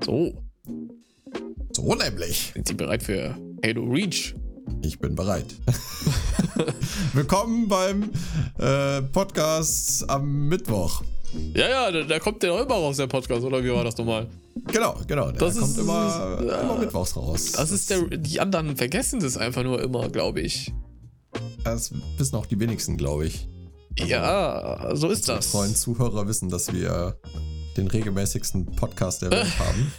So, So nämlich. sind Sie bereit für Halo Reach? Ich bin bereit. Willkommen beim Podcast am Mittwoch. Ja, da kommt der immer raus, der Podcast, oder wie war das nochmal? Genau. Der Das kommt ist- immer mittwochs raus. Das ist die anderen vergessen das einfach nur immer, glaube ich. Das wissen auch die wenigsten, glaube ich. Ja, so ist Die das. treuen Zuhörer wissen, dass wir den regelmäßigsten Podcast der Welt haben.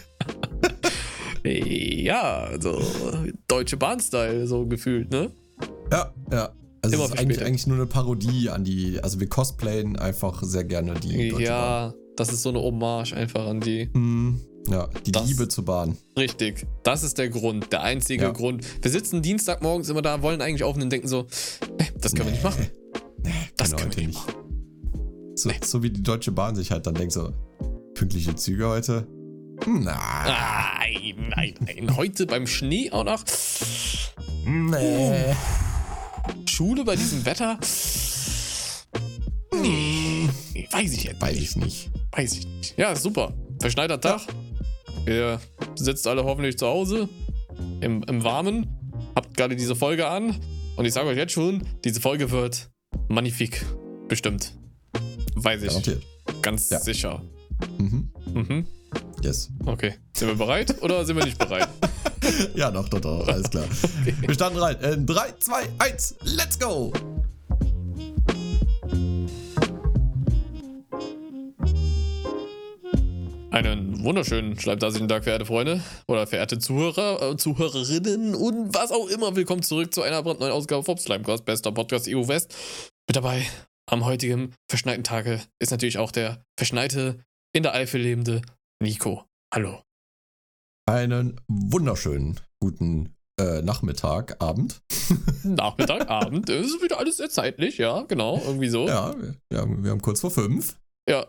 Ja, so Deutsche Bahn-Style, so gefühlt, ne? Ja. Also Immer es ist verspätet. eigentlich nur eine Parodie an die, also wir cosplayen einfach sehr gerne die Deutsche Bahn. Ja, das ist so eine Hommage einfach an die. Ja, die Das- Liebe zur Bahn. Richtig, das ist der Grund, der einzige Ja. Grund. Wir sitzen Dienstagmorgens immer da, wollen eigentlich aufnehmen und denken so, das können wir nicht machen. Das Genau, können wir heute nicht machen. So wie die Deutsche Bahn sich halt dann denkt so, pünktliche Züge heute? Nein. Heute beim Schnee auch noch. Nee. Schule bei diesem Wetter? Nee, weiß ich jetzt Weiß nicht. ich nicht. Weiß ich nicht. Ja, ist super. Verschneiter Tag. Ihr sitzt alle hoffentlich zu Hause. Im Warmen. Habt gerade diese Folge an. Und ich sage euch jetzt schon, diese Folge wird magnifik. Bestimmt. Weiß ich. Garantiert. Ganz Ja. sicher. Mhm. Yes. Okay. Sind wir bereit oder sind wir nicht bereit? Ja, doch, alles klar. Wir starten rein. 3, 2, 1, let's go! Einen wunderschönen schleimtasigen Tag, verehrte Freunde oder verehrte Zuhörer, Zuhörerinnen und was auch immer. Willkommen zurück zu einer brandneuen Ausgabe vom Slimecast, bester Podcast EU West. Mit dabei am heutigen verschneiten Tage ist natürlich auch der verschneite, in der Eifel lebende Nico. Hallo. Einen wunderschönen guten Nachmittag, Abend. Nachmittag, Abend, ist wieder alles sehr zeitlich, ja, genau, irgendwie so. Ja, wir haben kurz vor 5. Ja,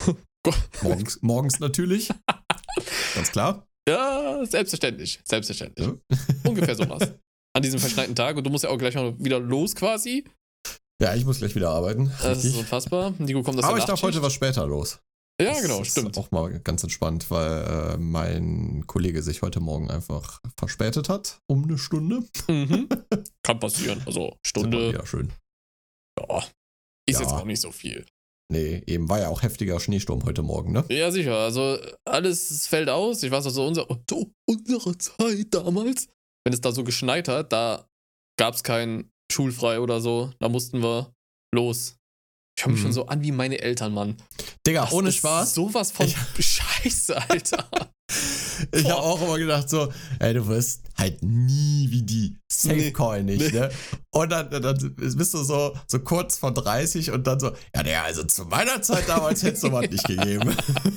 Morgens natürlich. Ganz klar. ja selbstverständlich. Ja. Ungefähr sowas. An diesem verschneiten Tag und du musst ja auch gleich noch wieder los quasi. Ja, ich muss gleich wieder arbeiten. Das ist Richtig. unfassbar. Nico kommt aus Aber der ich darf Nachtschicht. heute was später los. Ja, Das genau, ist stimmt. auch mal ganz entspannt, weil mein Kollege sich heute Morgen einfach verspätet hat. Um eine Stunde. Mhm. Kann passieren. Also Stunde, Ja, schön. ja, ist Ja. jetzt auch nicht so viel. Nee, eben war ja auch heftiger Schneesturm heute Morgen, ne? Ja, sicher. Also alles fällt aus. Ich weiß also unsere Zeit damals, wenn es da so geschneit hat, da gab es kein Schulfrei oder so. Da mussten wir los. Ich höre mich schon so an wie meine Eltern, Mann. Digga, Das ohne ist Spaß. Sowas von Scheiße, Alter. Ich Boah. habe auch immer gedacht so, ey, du wirst halt nie wie die Safecoin nicht, Nee. ne? Und dann bist du so kurz vor 30 und dann so, ja, also zu meiner Zeit damals hätte es sowas nicht gegeben.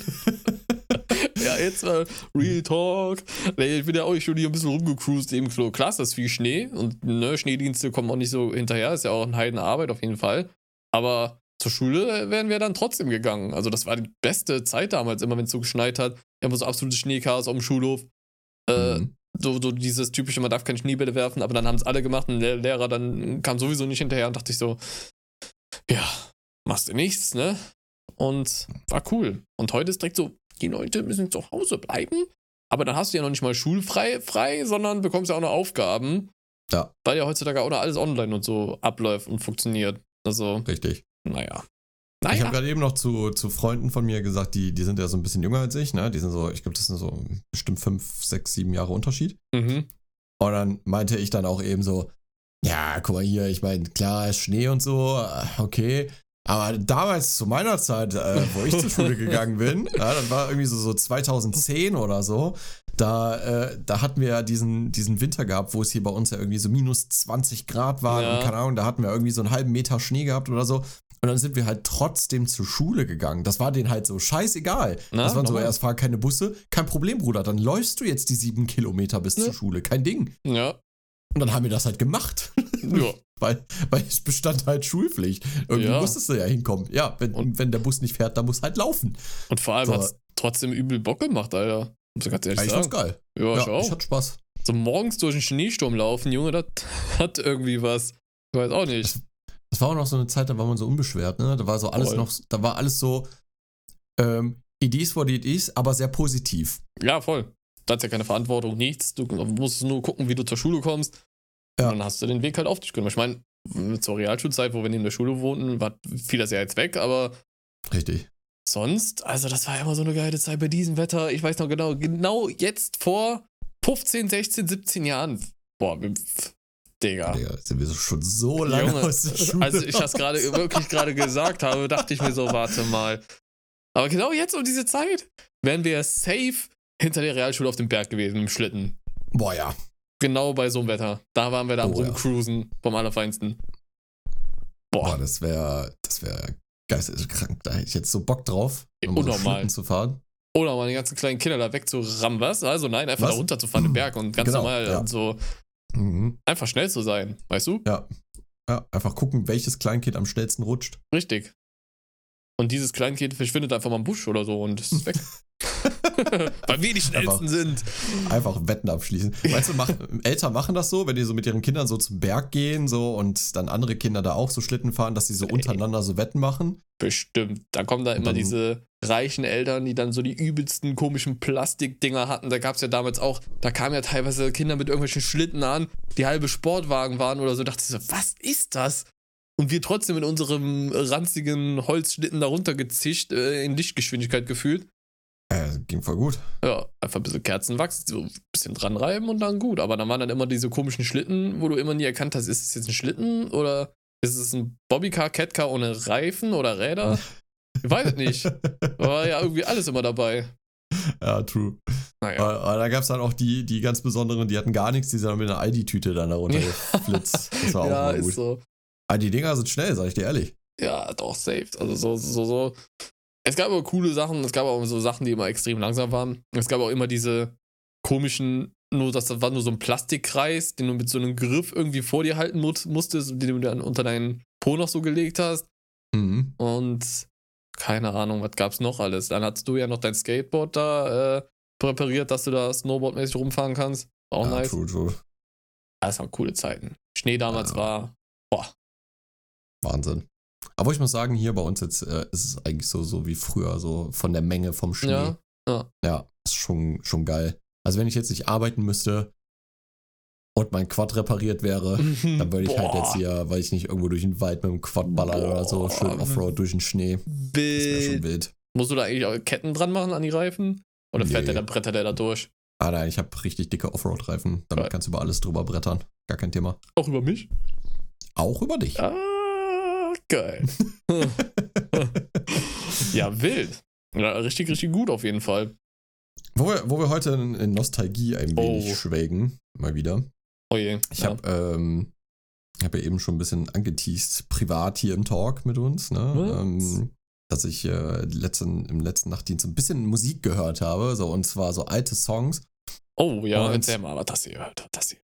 Ja, jetzt mal Real Talk. Nee, ich bin ja auch schon hier ein bisschen rumgecruised im Klo. Klar, ist das viel Schnee und ne, Schneedienste kommen auch nicht so hinterher. Ist ja auch eine Heidenarbeit auf jeden Fall. Aber zur Schule wären wir dann trotzdem gegangen. Also das war die beste Zeit damals, immer wenn es so geschneit hat. Immer so absolutes Schneechaos auf dem Schulhof. Mhm. So dieses typische, man darf keine Schneebälle werfen, aber dann haben es alle gemacht und der Lehrer dann kam sowieso nicht hinterher und dachte ich so, ja, machst du nichts, ne? Und war cool. Und heute ist direkt so, die Leute müssen zu Hause bleiben, aber dann hast du ja noch nicht mal schulfrei, sondern bekommst ja auch noch Aufgaben. Ja. Weil ja heutzutage auch noch alles online und so abläuft und funktioniert. Also, Richtig. naja. Ich habe gerade eben noch zu Freunden von mir gesagt, die sind ja so ein bisschen jünger als ich, ne? Die sind so, ich glaube, das sind so bestimmt 5, 6, 7 Jahre Unterschied. Mhm. Und dann meinte ich dann auch eben so, ja, guck mal hier, ich meine, klar, ist Schnee und so, okay. Aber damals zu meiner Zeit, wo ich zur Schule gegangen bin, ja, dann war irgendwie so 2010 oder so, da hatten wir ja diesen Winter gehabt, wo es hier bei uns ja irgendwie so minus 20 Grad war Ja. und keine Ahnung, da hatten wir irgendwie so einen halben Meter Schnee gehabt oder so. Und dann sind wir halt trotzdem zur Schule gegangen. Das war denen halt so scheißegal. Na, das waren so, normal. erst fahren keine Busse. Kein Problem, Bruder. Dann läufst du jetzt die 7 Kilometer bis Ja. zur Schule. Kein Ding. Ja. Und dann haben wir das halt gemacht. Ja. weil es bestand halt Schulpflicht. Irgendwie Ja. musstest du ja hinkommen. Ja, wenn der Bus nicht fährt, dann muss halt laufen. Und vor allem So. hat es trotzdem übel Bock gemacht, Alter. Muss ich ganz ehrlich Ja, ich sagen. fand's geil. Ja, ich Ja, auch. ich hatte Spaß. So morgens durch den Schneesturm laufen, Junge, das hat irgendwie was. Ich weiß auch nicht. Das war auch noch so eine Zeit, da war man so unbeschwert, ne? Da war so alles Voll. noch, da war alles so, it is what it is, aber sehr positiv. Ja, voll. Du hast ja keine Verantwortung, nichts. Du musst nur gucken, wie du zur Schule kommst. Ja. Und dann hast du den Weg halt auf dich genommen. Ich meine, zur Realschulzeit, wo wir neben der Schule wohnten, fiel das ja jetzt weg, aber Richtig. sonst, also das war ja immer so eine geile Zeit bei diesem Wetter. Ich weiß noch genau jetzt vor 15, 16, 17 Jahren. Boah, Digga. Digga, sind wir schon so lange Junge, aus der Schule als ich das wirklich gerade gesagt habe, dachte ich mir so, warte mal. Aber genau jetzt um diese Zeit wären wir safe hinter der Realschule auf dem Berg gewesen, im Schlitten. Boah, ja. Genau bei so einem Wetter. Da waren wir da am Oh, ja. Rumcruisen vom Allerfeinsten. Boah, das wäre geisteskrank. Da hätte ich jetzt so Bock drauf, um so Unnormal. Schlitten zu fahren. Oder mal die ganzen kleinen Kinder da wegzurammen, was? Also nein, einfach Was? da runterzufahren, den Berg und ganz Genau, normal ja. und so Mhm. einfach schnell zu sein, weißt du? Ja, einfach gucken, welches Kleinkind am schnellsten rutscht. Richtig. Und dieses Kleinkind verschwindet einfach mal im Busch oder so und ist weg. Weil wir die schnellsten sind. Einfach Wetten abschließen. Meinst du, Eltern machen das so, wenn die so mit ihren Kindern so zum Berg gehen so und dann andere Kinder da auch so Schlitten fahren, dass sie so untereinander so Wetten machen? Bestimmt. Da kommen da immer dann- diese reichen Eltern, die dann so die übelsten komischen Plastikdinger hatten. Da gab es ja damals auch, da kamen ja teilweise Kinder mit irgendwelchen Schlitten an, die halbe Sportwagen waren oder so. Da dachte ich so, was ist das? Und wir trotzdem in unserem ranzigen Holzschlitten da runtergezischt, in Lichtgeschwindigkeit gefühlt. Ging voll gut. Ja, einfach ein bisschen Kerzenwachs, so ein bisschen dran reiben und dann gut. Aber dann waren dann immer diese komischen Schlitten, wo du immer nie erkannt hast, ist es jetzt ein Schlitten oder ist es ein Bobbycar, Catcar ohne Reifen oder Räder? Ich weiß es nicht. War ja irgendwie alles immer dabei. Ja, true. Naja. Aber da gab es dann auch die ganz besonderen, die hatten gar nichts, die sind dann mit einer Aldi-Tüte dann da runtergeflitzt. Das war auch Ja, mal ist gut. so. Aber die Dinger sind schnell, sag ich dir ehrlich. Ja, doch, safe. Also so. Es gab aber coole Sachen, es gab auch so Sachen, die immer extrem langsam waren. Es gab auch immer diese komischen, das war nur so ein Plastikkreis, den du mit so einem Griff irgendwie vor dir halten musstest, den du dann unter deinen Po noch so gelegt hast. Mhm. Und keine Ahnung, was gab's noch alles. Dann hattest du ja noch dein Skateboard da präpariert, dass du da snowboardmäßig rumfahren kannst. War auch Ja, nice. true. Das waren coole Zeiten. Schnee damals Ja. war, Wahnsinn. Aber ich muss sagen, hier bei uns jetzt ist es eigentlich so wie früher, so von der Menge vom Schnee. ja. Ja, ist schon geil. Also wenn ich jetzt nicht arbeiten müsste und mein Quad repariert wäre, dann würde ich halt Boah. jetzt hier, weil ich nicht irgendwo durch den Wald mit dem Quad ballern oder so, schön Boah. Offroad durch den Schnee. Das wäre schon Wild. wild. Musst du da eigentlich auch Ketten dran machen an die Reifen? Oder fährt Nee. der, brettert der da durch? Ah nein, ich habe richtig dicke Offroad-Reifen. Damit Geil. kannst du über alles drüber brettern. Gar kein Thema. Auch über mich? Auch über dich. Ah, geil. Ja, wild. Ja, richtig, richtig gut auf jeden Fall. Wo wir heute in Nostalgie ein wenig Oh. schwelgen, mal wieder. Oh je. Ich habe ja eben schon ein bisschen angeteased, privat hier im Talk mit uns, ne? Was? Dass ich im letzten Nachtdienst ein bisschen Musik gehört habe, so, und zwar so alte Songs. Oh ja, Und- erzähl mal, was hast du gehört?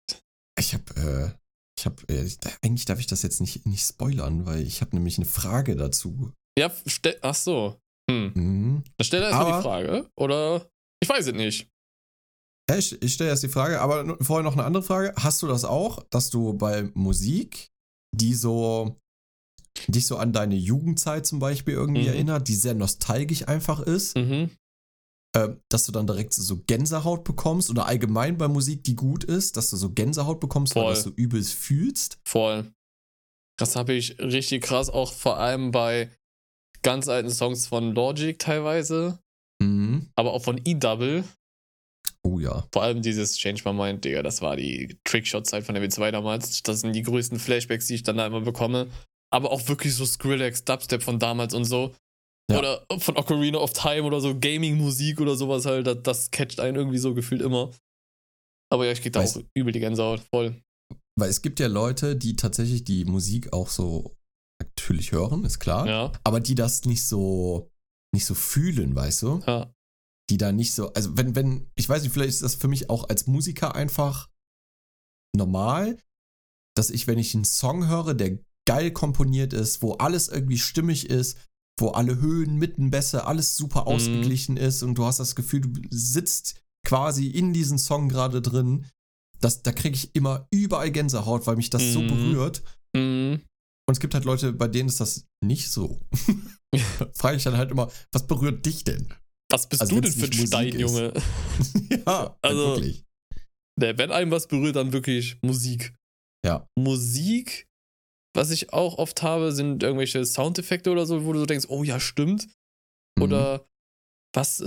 Eigentlich darf ich das jetzt nicht spoilern, weil ich habe nämlich eine Frage dazu. Ja, ach so. Dann stell da erstmal Aber- die Frage. Oder ich weiß es nicht. Ja, ich stelle jetzt die Frage, aber vorher noch eine andere Frage. Hast du das auch, dass du bei Musik, dich so an deine Jugendzeit zum Beispiel irgendwie erinnert, die sehr nostalgisch einfach ist, dass du dann direkt so Gänsehaut bekommst oder allgemein bei Musik, die gut ist, dass du so Gänsehaut bekommst, weil Voll. du das so übelst fühlst? Voll. Das habe ich richtig krass, auch vor allem bei ganz alten Songs von Logic teilweise, Mhm. aber auch von E-Double. Oh ja. Vor allem dieses Change My Mind, Digga, das war die Trickshot-Zeit von der W2 damals. Das sind die größten Flashbacks, die ich dann da immer bekomme. Aber auch wirklich so Skrillex, Dubstep von damals und so. Ja. Oder von Ocarina of Time oder so Gaming-Musik oder sowas halt. Das catcht einen irgendwie so gefühlt immer. Aber ja, ich krieg da auch übel die Gänsehaut, voll. Weil es gibt ja Leute, die tatsächlich die Musik auch so natürlich hören, ist klar. Ja, Aber die das nicht so fühlen, weißt du? ja. Die da nicht so, also wenn, ich weiß nicht, vielleicht ist das für mich auch als Musiker einfach normal, dass ich, wenn ich einen Song höre, der geil komponiert ist, wo alles irgendwie stimmig ist, wo alle Höhen, Mitten, Bässe, alles super ausgeglichen ist und du hast das Gefühl, du sitzt quasi in diesem Song gerade drin, da kriege ich immer überall Gänsehaut, weil mich das so berührt. Mhm. Und es gibt halt Leute, bei denen ist das nicht so. Frage ich dann halt immer, was berührt dich denn? Was bist Also du denn wenn's für ein nicht Stein, Musik ist. Junge? Ja, Also- wirklich. Wenn einem was berührt, dann wirklich Musik. Ja. Musik, was ich auch oft habe, sind irgendwelche Soundeffekte oder so, wo du so denkst, oh ja, stimmt. Mhm. Oder was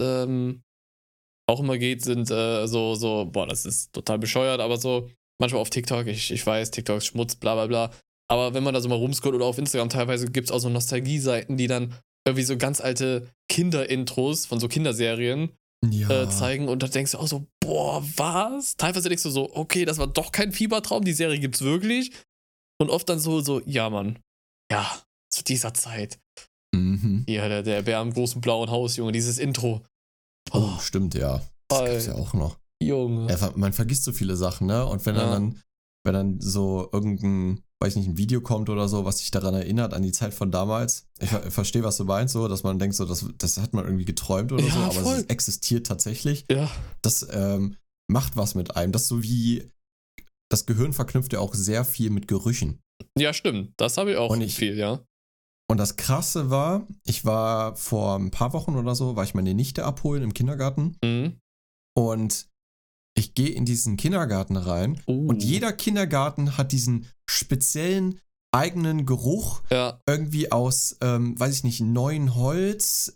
auch immer geht, sind boah, das ist total bescheuert, aber so manchmal auf TikTok, ich weiß, TikTok ist Schmutz, bla bla bla. Aber wenn man da so mal rumscrollt oder auf Instagram, teilweise gibt es auch so Nostalgie-Seiten, die dann irgendwie so ganz alte Kinder-Intros von so Kinderserien Ja. zeigen und dann denkst du auch so, boah, was? Teilweise denkst du so, okay, das war doch kein Fiebertraum, die Serie gibt's wirklich. Und oft dann so, ja, Mann, ja, zu dieser Zeit. Mhm. Ja, der Bär im großen blauen Haus, Junge, dieses Intro. Oh, stimmt, ja. Das gibt's ja auch noch. Junge. Ja, man vergisst so viele Sachen, ne? Und wenn Ja. wenn dann so irgendein, weiß nicht, ein Video kommt oder so, was dich daran erinnert, an die Zeit von damals. Ich verstehe, was du meinst, so, dass man denkt, so, das hat man irgendwie geträumt oder Ja, so, aber voll. es existiert tatsächlich. Ja, Das macht was mit einem. Das ist so wie, das Gehirn verknüpft ja auch sehr viel mit Gerüchen. ja, stimmt. Das habe ich auch Und viel, ja. Und das Krasse war, ich war vor ein paar Wochen oder so, war ich meine Nichte abholen im Kindergarten Mhm. und ich gehe in diesen Kindergarten rein und jeder Kindergarten hat diesen speziellen eigenen Geruch, Ja, irgendwie aus, weiß ich nicht, neuen Holz,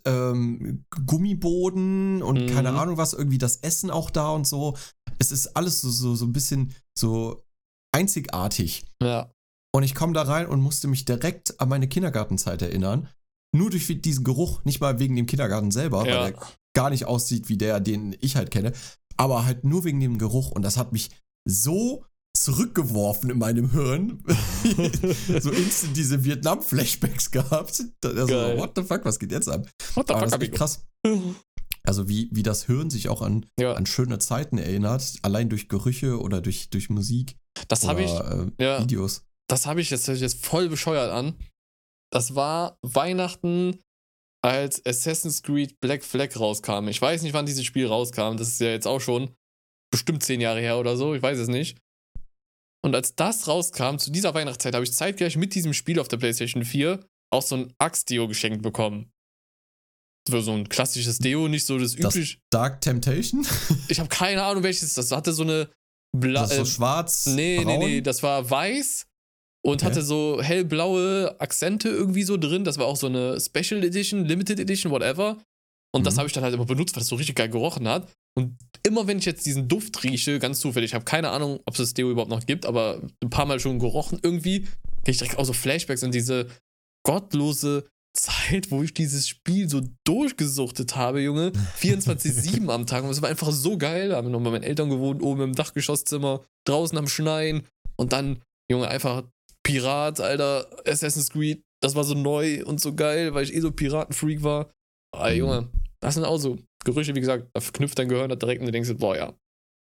Gummiboden und keine Mhm. Ahnung was, irgendwie das Essen auch da und so. Es ist alles so ein bisschen so einzigartig. ja. Und ich komme da rein und musste mich direkt an meine Kindergartenzeit erinnern. Nur durch diesen Geruch, nicht mal wegen dem Kindergarten selber, Ja. weil der gar nicht aussieht wie der, den ich halt kenne, aber halt nur wegen dem Geruch. Und das hat mich so zurückgeworfen in meinem Hirn. So instant diese Vietnam-Flashbacks gehabt. Also, Geil. what the fuck, was geht jetzt ab? What the Aber das fuck, ist echt amigo? krass. Also wie das Hirn sich auch an Ja, schöne Zeiten erinnert, allein durch Gerüche oder durch Musik das habe ich, oder ja, Videos. das habe ich jetzt, hört sich jetzt voll bescheuert an. Das war Weihnachten, als Assassin's Creed Black Flag rauskam. Ich weiß nicht, wann dieses Spiel rauskam. Das ist ja jetzt auch schon bestimmt 10 Jahre her oder so. Ich weiß es nicht. Und als das rauskam, zu dieser Weihnachtszeit, habe ich zeitgleich mit diesem Spiel auf der PlayStation 4 auch so ein Axt-Deo geschenkt bekommen. So ein klassisches Deo, nicht so das Das üblich. Dark Temptation? Ich habe keine Ahnung, welches das hatte. So eine Das ist so schwarz, Nee, braun? das war weiß und Okay. hatte so hellblaue Akzente irgendwie so drin. Das war auch so eine Special Edition, Limited Edition, whatever. Und das Mhm. habe ich dann halt immer benutzt, weil das so richtig geil gerochen hat. Und immer wenn ich jetzt diesen Duft rieche, ganz zufällig, ich habe keine Ahnung, ob es das Deo überhaupt noch gibt, aber ein paar Mal schon gerochen irgendwie, kriege ich direkt auch so Flashbacks in diese gottlose Zeit, wo ich dieses Spiel so durchgesuchtet habe, Junge. 24/7 am Tag. Und es war einfach so geil. Da haben wir noch bei meinen Eltern gewohnt, oben im Dachgeschosszimmer, draußen am Schneien. Und dann, Junge, einfach Pirat, Alter, Assassin's Creed. Das war so neu und so geil, weil ich so Piratenfreak war. Ah, Junge, das sind auch so Gerüche, wie gesagt, da verknüpft dein Gehirn da direkt und du denkst, boah, ja.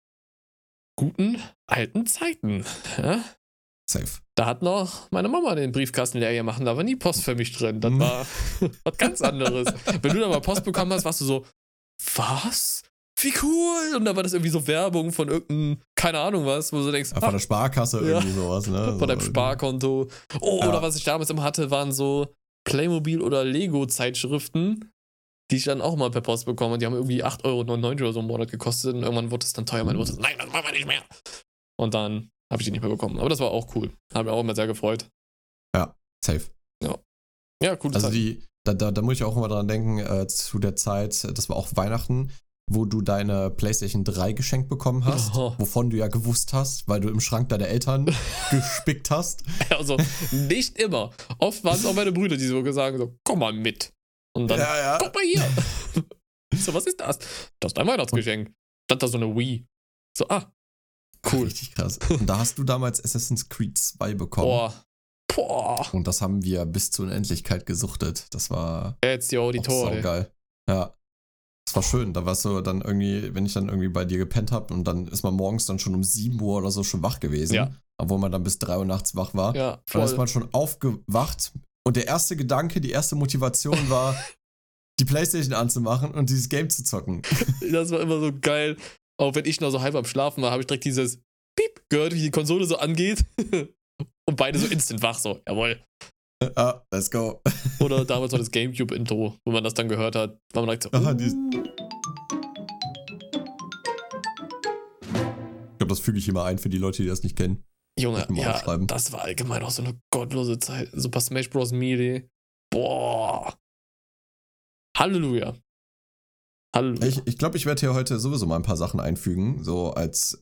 Guten alten Zeiten. Ja? Safe. Da hat noch meine Mama den Briefkasten leer gemacht, da war nie Post für mich drin. Das war was ganz anderes. Wenn du da mal Post bekommen hast, warst du so, was? Wie cool! Und da war das irgendwie so Werbung von irgendeinem, keine Ahnung was, wo du denkst, Von der Sparkasse Ja. irgendwie sowas, ne? von deinem Sparkonto. Oh, Ja. oder was ich damals immer hatte, waren so Playmobil- oder Lego-Zeitschriften, die ich dann auch mal per Post bekommen und die haben irgendwie 8,99 € oder so im Monat gekostet und irgendwann wurde es dann teuer. Meine Mutter so, nein, das machen wir nicht mehr. Und dann habe ich die nicht mehr bekommen. Aber das war auch cool. Hat mich auch immer sehr gefreut. Safe. Ja, coole Also Zeit. da muss ich auch immer dran denken, zu der Zeit, das war auch Weihnachten, wo du deine PlayStation 3 geschenkt bekommen hast, Oh. wovon du ja gewusst hast, weil du im Schrank deiner Eltern gespickt hast. Also, nicht immer. Oft waren es auch meine Brüder, die so sagen, so, komm mal mit. Und dann, ja. guck mal hier. So, was ist das? Das ist ein Weihnachtsgeschenk. Das ist so eine Wii. So, cool. Richtig krass. Und da hast du damals Assassin's Creed 2 bekommen. Boah. Und das haben wir bis zur Unendlichkeit gesuchtet. Das war Jetzt die auch Auditor. saugeil. Ja. Das war schön. Da warst du dann irgendwie, wenn ich dann irgendwie bei dir gepennt habe und dann ist man morgens dann schon um 7 Uhr oder so schon wach gewesen. Ja. Obwohl man dann bis 3 Uhr nachts wach war. Ja, Dann ist voll. man schon aufgewacht und der erste Gedanke, die erste Motivation war, die Playstation anzumachen und dieses Game zu zocken. Das war immer so geil. Auch wenn ich noch so halb am Schlafen war, habe ich direkt dieses Piep gehört, wie die Konsole so angeht. Und beide so instant wach, so, jawohl. Ah, let's go. Oder damals noch das Gamecube-Intro, wo man das dann gehört hat, weil man dachte so, Aha, ich glaube, das füge ich immer ein für die Leute, die das nicht kennen. Junge, ja, das war allgemein auch so eine gottlose Zeit. Super Smash Bros. Melee. Boah. Halleluja. Halleluja. Ich glaube, ich werde hier heute sowieso mal ein paar Sachen einfügen, so als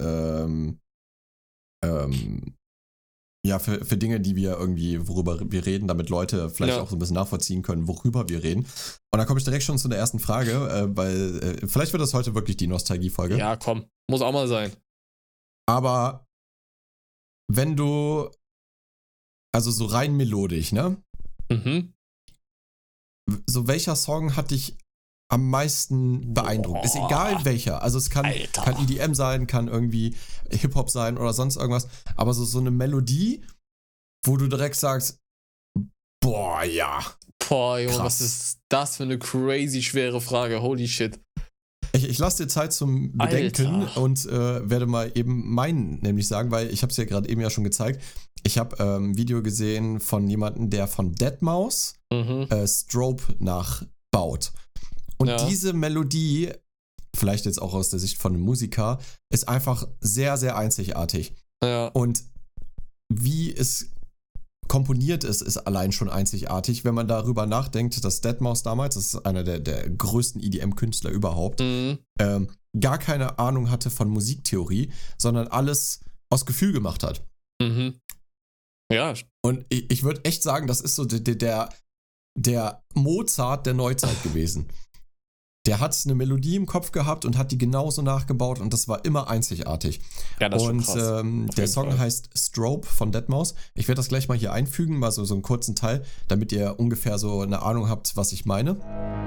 ja, für Dinge, die wir irgendwie, worüber wir reden, damit Leute vielleicht auch so ein bisschen nachvollziehen können, worüber wir reden. Und dann komme ich direkt schon zu der ersten Frage, weil vielleicht wird das heute wirklich die Nostalgie-Folge. Ja, komm, muss auch mal sein. Aber wenn du, also so rein melodisch, ne? Mhm. So welcher Song hat dich am meisten beeindruckt? Ist egal welcher. Also es kann EDM sein, kann irgendwie Hip-Hop sein oder sonst irgendwas. Aber so eine Melodie, wo du direkt sagst, boah, ja. Boah, Junge, was ist das für eine crazy schwere Frage? Holy shit. Ich lasse dir Zeit zum Bedenken und werde mal eben meinen nämlich sagen, weil ich habe es ja gerade eben ja schon gezeigt. Ich habe ein Video gesehen von jemandem, der von Deadmau5 Strobe nachbaut. Und diese Melodie, vielleicht jetzt auch aus der Sicht von einem Musiker, ist einfach sehr, sehr einzigartig. Ja. Und wie es komponiert ist allein schon einzigartig, wenn man darüber nachdenkt, dass Deadmau5 damals, das ist einer der größten EDM-Künstler überhaupt, gar keine Ahnung hatte von Musiktheorie, sondern alles aus Gefühl gemacht hat. Mhm. Ja. Und ich würde echt sagen, das ist so der Mozart der Neuzeit gewesen. Der hat eine Melodie im Kopf gehabt und hat die genauso nachgebaut und das war immer einzigartig. Ja, das ist schon krass. Und der Song heißt Strobe von Deadmau5. Ich werde das gleich mal hier einfügen, mal so einen kurzen Teil, damit ihr ungefähr so eine Ahnung habt, was ich meine.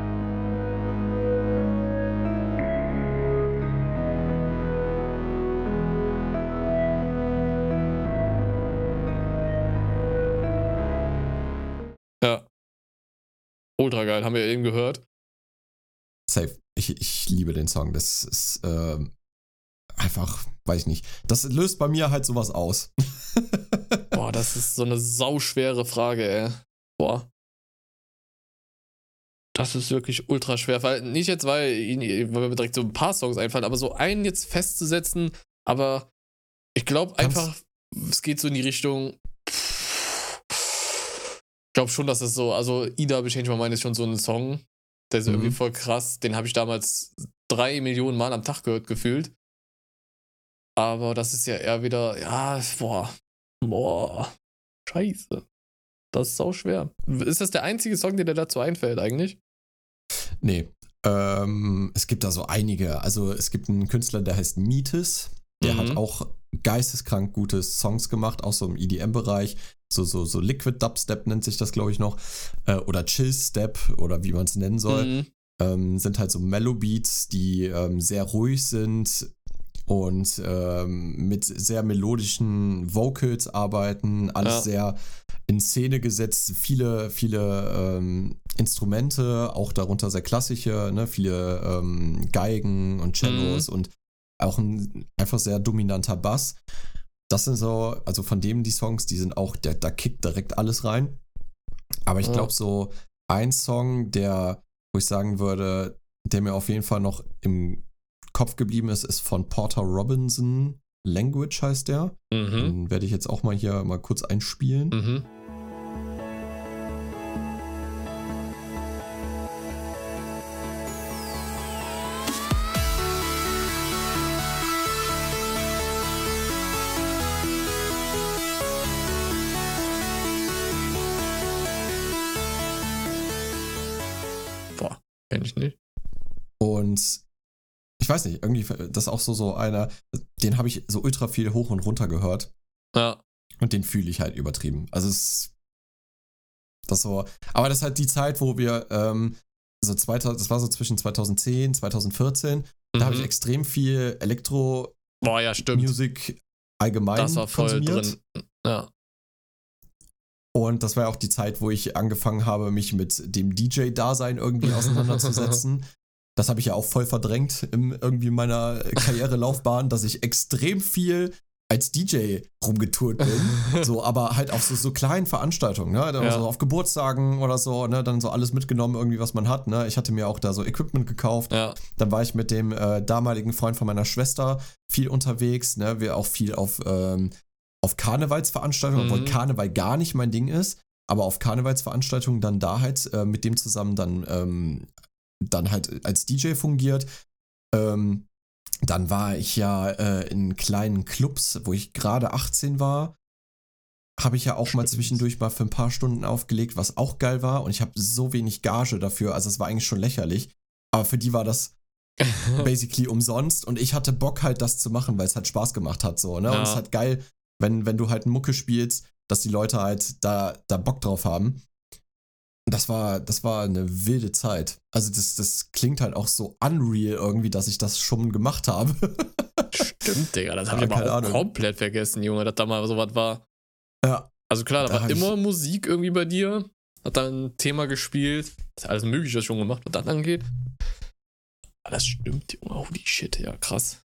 Ja. Ultra geil, haben wir eben gehört. Safe. Ich liebe den Song. Das ist einfach, weiß ich nicht. Das löst bei mir halt sowas aus. Boah, das ist so eine sauschwere Frage, ey. Boah. Das ist wirklich ultra schwer. Weil nicht jetzt, weil mir direkt so ein paar Songs einfallen, aber so einen jetzt festzusetzen, aber ich glaube einfach, es geht so in die Richtung. Ich glaube schon, dass es so, also Ida Change My Mind ist schon so ein Song. Der ist irgendwie voll krass. Den habe ich damals 3 Millionen Mal am Tag gehört, gefühlt. Aber das ist ja eher wieder, ja, boah, scheiße. Das ist sau schwer. Ist das der einzige Song, der dir dazu einfällt eigentlich? Nee. Es gibt da so einige. Also es gibt einen Künstler, der heißt Metis. Der hat auch geisteskrank gute Songs gemacht, auch so im EDM-Bereich. So Liquid Dubstep nennt sich das, glaube ich, noch. Oder Chill Step oder wie man es nennen soll. Sind halt so Mellow-Beats, die sehr ruhig sind und mit sehr melodischen Vocals arbeiten. Alles sehr in Szene gesetzt. Viele Instrumente, auch darunter sehr klassische, ne? Viele Geigen und Cellos und auch ein einfach sehr dominanter Bass. Das sind so, also von dem die Songs, die sind auch, da kickt direkt alles rein. Aber ich glaube, so ein Song, wo ich sagen würde, der mir auf jeden Fall noch im Kopf geblieben ist von Porter Robinson. Language heißt der. Den werde ich jetzt auch mal hier mal kurz einspielen. Kenn ich nicht. Und ich weiß nicht, irgendwie, das ist auch so einer, den habe ich so ultra viel hoch und runter gehört. Ja. Und den fühle ich halt übertrieben. Also das so, aber das ist halt die Zeit, wo wir, das war so zwischen 2010, 2014, da habe ich extrem viel Elektro-Musik allgemein das war voll konsumiert. Drin. Ja. Und das war ja auch die Zeit, wo ich angefangen habe, mich mit dem DJ-Dasein irgendwie auseinanderzusetzen. Das habe ich ja auch voll verdrängt in irgendwie meiner Karrierelaufbahn, dass ich extrem viel als DJ rumgetourt bin, so, aber halt auf so kleinen Veranstaltungen, ne, dann so auf Geburtstagen oder so, ne, dann so alles mitgenommen irgendwie, was man hat, ne, ich hatte mir auch da so Equipment gekauft, dann war ich mit dem damaligen Freund von meiner Schwester viel unterwegs, ne, wir auch viel auf Karnevalsveranstaltungen, obwohl Karneval gar nicht mein Ding ist, aber auf Karnevalsveranstaltungen dann da halt mit dem zusammen dann halt als DJ fungiert, dann war ich ja in kleinen Clubs, wo ich gerade 18 war. Habe ich ja auch mal zwischendurch mal für ein paar Stunden aufgelegt, was auch geil war. Und ich habe so wenig Gage dafür. Also es war eigentlich schon lächerlich. Aber für die war das basically umsonst. Und ich hatte Bock halt, das zu machen, weil es halt Spaß gemacht hat. So, ne? Und es ist halt geil, wenn du halt Mucke spielst, dass die Leute halt da Bock drauf haben. Das war eine wilde Zeit. Also das klingt halt auch so unreal irgendwie, dass ich das schon gemacht habe. Stimmt, Digga, das habe ich aber auch komplett vergessen, Junge, dass da mal sowas war. Ja. Also klar, da war immer Musik irgendwie bei dir, hat dann ein Thema gespielt, hat alles Mögliche schon gemacht, was das angeht. Aber das stimmt, Junge, holy shit, ja, krass.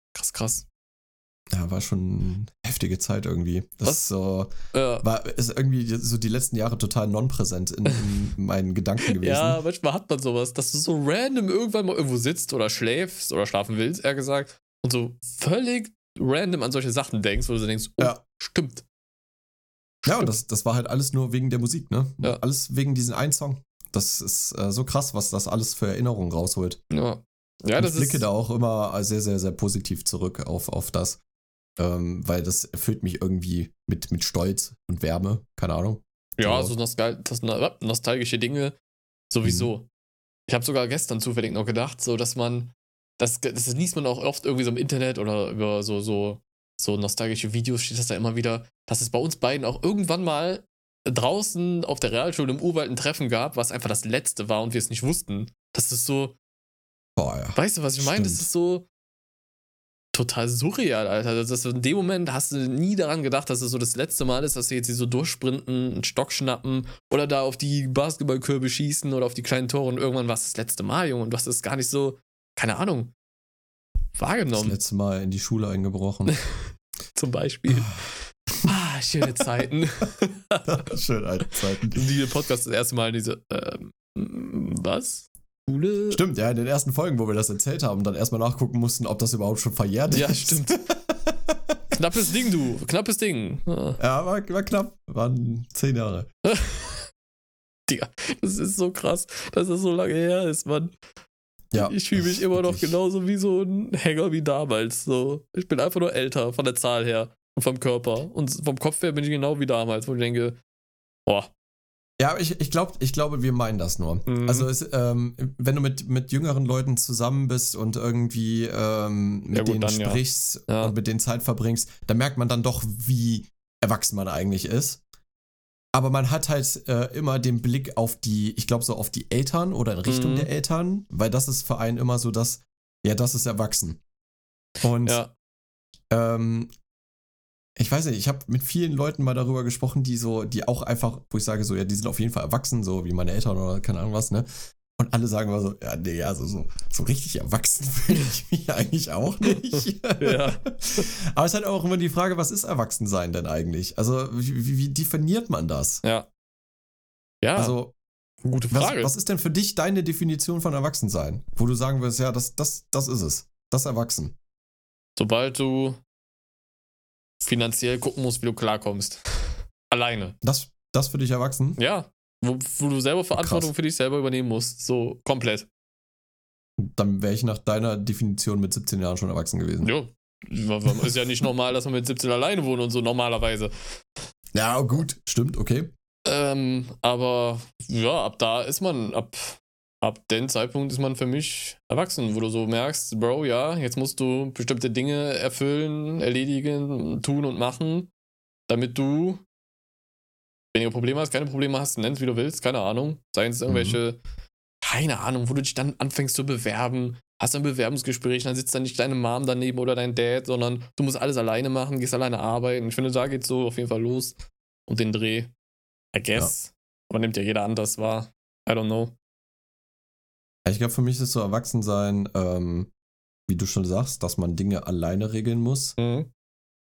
Ja, war schon eine heftige Zeit irgendwie. Das ist irgendwie so die letzten Jahre total non-präsent in meinen Gedanken gewesen. Ja, manchmal hat man sowas, dass du so random irgendwann mal irgendwo sitzt oder schläfst oder schlafen willst, eher gesagt, und so völlig random an solche Sachen denkst, wo du denkst, stimmt. Ja, und das war halt alles nur wegen der Musik, ne? Ja. Alles wegen diesen einen Song. Das ist so krass, was das alles für Erinnerungen rausholt. Ja, ich blicke da auch immer sehr, sehr, sehr positiv zurück auf das. Weil das erfüllt mich irgendwie mit Stolz und Wärme, keine Ahnung. Ja, so nostalgische Dinge sowieso. Ich habe sogar gestern zufällig noch gedacht, so dass man, das liest man auch oft irgendwie so im Internet oder über so nostalgische Videos steht das da immer wieder, dass es bei uns beiden auch irgendwann mal draußen auf der Realschule im Urwald ein Treffen gab, was einfach das letzte war und wir es nicht wussten. Das ist so, weißt du, was ich meine? Das ist so total surreal, Alter. Das ist in dem Moment hast du nie daran gedacht, dass es so das letzte Mal ist, dass sie jetzt hier so durchsprinten, einen Stock schnappen oder da auf die Basketballkörbe schießen oder auf die kleinen Tore und irgendwann war es das letzte Mal, Junge. Und du hast es gar nicht so, keine Ahnung, wahrgenommen. Das letzte Mal in die Schule eingebrochen. Zum Beispiel. Schöne Zeiten. Schöne alte Zeiten. Die Podcast das erste Mal in diese, was? Schule? Stimmt, ja, in den ersten Folgen, wo wir das erzählt haben, dann erstmal nachgucken mussten, ob das überhaupt schon verjährt ist. Ja, stimmt. Knappes Ding, du. Knappes Ding. Ja, war knapp. Waren 10 Jahre. Digga, das ist so krass, dass das so lange her ist, Mann. Ja. Ich fühle mich immer noch genauso wie so ein Hänger wie damals. So. Ich bin einfach nur älter von der Zahl her und vom Körper. Und vom Kopf her bin ich genau wie damals, wo ich denke, boah. Ja, ich glaube, wir meinen das nur. Also wenn du mit jüngeren Leuten zusammen bist und irgendwie mit denen sprichst und mit denen Zeit verbringst, dann merkt man dann doch, wie erwachsen man eigentlich ist. Aber man hat halt immer den Blick auf ich glaube so auf die Eltern oder in Richtung der Eltern, weil das ist für einen immer so, das ist erwachsen. Und ich weiß nicht, ich habe mit vielen Leuten mal darüber gesprochen, die auch einfach, wo ich sage so, ja, die sind auf jeden Fall erwachsen, so wie meine Eltern oder keine Ahnung was, ne? Und alle sagen immer so, ja, nee, also so richtig erwachsen fühle ich mich eigentlich auch nicht. Ja. Aber es ist halt auch immer die Frage, was ist Erwachsensein denn eigentlich? Also, wie definiert man das? Ja. Ja, also, gute Frage. Was ist denn für dich deine Definition von Erwachsensein? Wo du sagen würdest, ja, das ist es. Das ist erwachsen. Sobald du finanziell gucken musst, wie du klarkommst. Alleine. Das für dich erwachsen? Ja. Wo du selber Verantwortung für dich selber übernehmen musst. So komplett. Dann wäre ich nach deiner Definition mit 17 Jahren schon erwachsen gewesen. Jo. Ist ja nicht normal, dass man mit 17 alleine wohnt und so normalerweise. Ja, gut. Stimmt, okay. Aber ja, ab da ist man, ab dem Zeitpunkt ist man für mich erwachsen, wo du so merkst, Bro, ja, jetzt musst du bestimmte Dinge erfüllen, erledigen, tun und machen, damit du weniger Probleme hast, keine Probleme hast, nenn's wie du willst, keine Ahnung. Seien es irgendwelche, keine Ahnung, wo du dich dann anfängst zu bewerben, hast ein Bewerbungsgespräch, dann sitzt dann nicht deine Mom daneben oder dein Dad, sondern du musst alles alleine machen, gehst alleine arbeiten. Ich finde, da geht's so auf jeden Fall los. Und den Dreh, I guess. Ja. Aber nimmt ja jeder anders wahr. I don't know. Ich glaube, für mich ist so Erwachsensein, wie du schon sagst, dass man Dinge alleine regeln muss.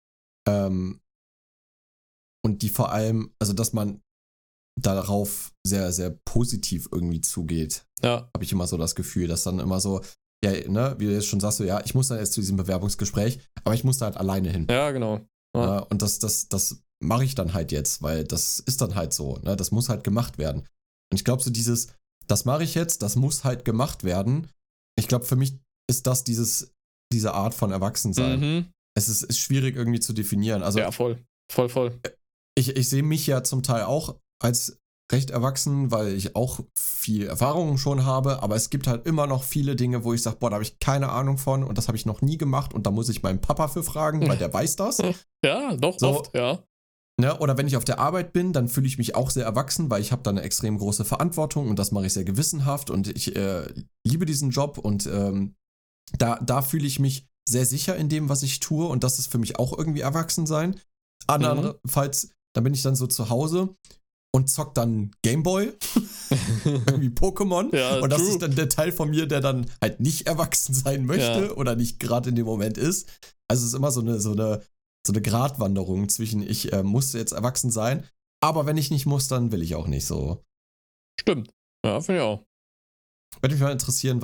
Und die vor allem, also dass man darauf sehr, sehr positiv irgendwie zugeht. Ja. Habe ich immer so das Gefühl, dass dann immer so, ja, ne, wie du jetzt schon sagst, so, ja, ich muss dann jetzt zu diesem Bewerbungsgespräch, aber ich muss da halt alleine hin. Ja, genau. Ja. Und das mache ich dann halt jetzt, weil das ist dann halt so, ne, das muss halt gemacht werden. Und ich glaube so das mache ich jetzt, das muss halt gemacht werden. Ich glaube, für mich ist das diese Art von Erwachsensein. Mhm. Es ist schwierig irgendwie zu definieren. Also Ja, voll. ich sehe mich ja zum Teil auch als recht erwachsen, weil ich auch viel Erfahrung schon habe, aber es gibt halt immer noch viele Dinge, wo ich sage, boah, da habe ich keine Ahnung von und das habe ich noch nie gemacht und da muss ich meinen Papa für fragen, weil der weiß das. Ja, doch, So. oft, ja. Ne? Oder wenn ich auf der Arbeit bin, dann fühle ich mich auch sehr erwachsen, weil ich habe da eine extrem große Verantwortung und das mache ich sehr gewissenhaft und ich liebe diesen Job und da fühle ich mich sehr sicher in dem, was ich tue und das ist für mich auch irgendwie Erwachsensein. Andernfalls, da bin ich dann so zu Hause und zock dann Gameboy, irgendwie Pokémon. Ja, und das true. ist dann der Teil von mir, der dann halt nicht erwachsen sein möchte oder nicht gerade in dem Moment ist. Also es ist immer so eine Gratwanderung zwischen ich muss jetzt erwachsen sein, aber wenn ich nicht muss, dann will ich auch nicht so. Stimmt. Ja, finde ich auch. Würde mich mal interessieren,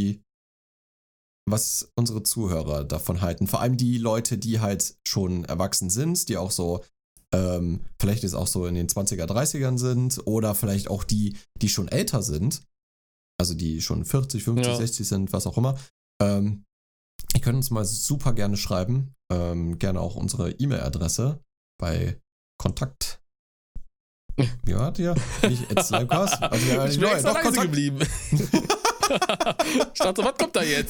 was unsere Zuhörer davon halten. Vor allem die Leute, die halt schon erwachsen sind, die auch so vielleicht jetzt auch so in den 20er, 30ern sind oder vielleicht auch die schon älter sind, also die schon 40, 50, 60 sind, was auch immer. Ihr könnt uns mal super gerne schreiben. Gerne auch unsere E-Mail-Adresse bei Kontakt. Wie wart ihr? Nicht @slimecast. Also, Ich bin extra leise geblieben. Statt so, was kommt da jetzt?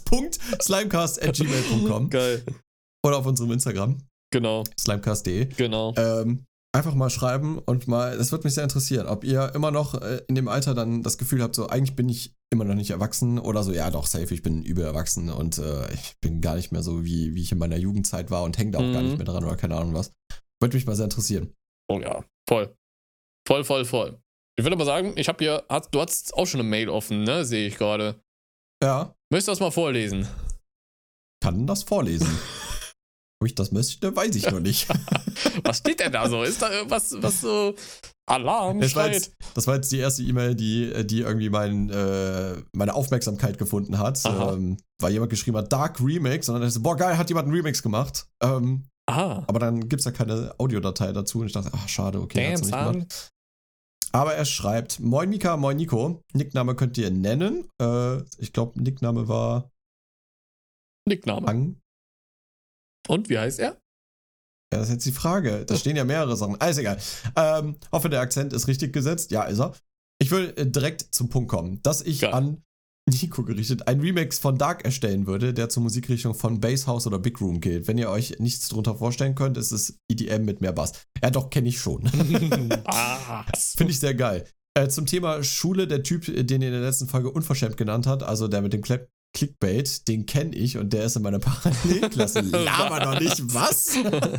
Kontakt.slimecast@gmail.com. Geil. Oder auf unserem Instagram. Genau. Slimecast.de. Genau. Einfach mal schreiben und mal, das würde mich sehr interessieren, ob ihr immer noch in dem Alter dann das Gefühl habt, so eigentlich bin ich immer noch nicht erwachsen oder so, ja doch, safe, ich bin übel erwachsen und ich bin gar nicht mehr so, wie ich in meiner Jugendzeit war und hänge da auch gar nicht mehr dran oder keine Ahnung was. Würde mich mal sehr interessieren. Oh ja, voll. Voll. Ich würde aber sagen, du hast auch schon eine Mail offen, ne? Sehe ich gerade. Ja. Möchtest du das mal vorlesen? Kann das vorlesen. Ob ich das möchte, weiß ich noch nicht. Was steht denn da so? Ist da irgendwas, was so Alarm schreit? Das war jetzt die erste E-Mail, die irgendwie meine Aufmerksamkeit gefunden hat. Weil jemand geschrieben hat, Dark Remix. Und dann dachte ich, boah, geil, hat jemand einen Remix gemacht. Aber dann gibt es ja keine Audiodatei dazu. Und ich dachte, ach, schade, okay, hat's nicht gemacht. Aber er schreibt, moin Mika, moin Nico. Nickname könnt ihr nennen. Ich glaube, Nickname war Nickname. Und wie heißt er? Ja, das ist jetzt die Frage. Da stehen ja mehrere Sachen. Alles egal. Hoffe, der Akzent ist richtig gesetzt. Ja, ist er. Ich will direkt zum Punkt kommen, dass ich an Nico gerichtet einen Remix von Dark erstellen würde, der zur Musikrichtung von Bass House oder Big Room geht. Wenn ihr euch nichts drunter vorstellen könnt, ist es EDM mit mehr Bass. Ja, doch, kenne ich schon. Finde ich sehr geil. Zum Thema Schule, der Typ, den ihr in der letzten Folge unverschämt genannt hat, also der mit dem Clickbait, den kenne ich und der ist in meiner Parallelklasse. Laber doch nicht, was?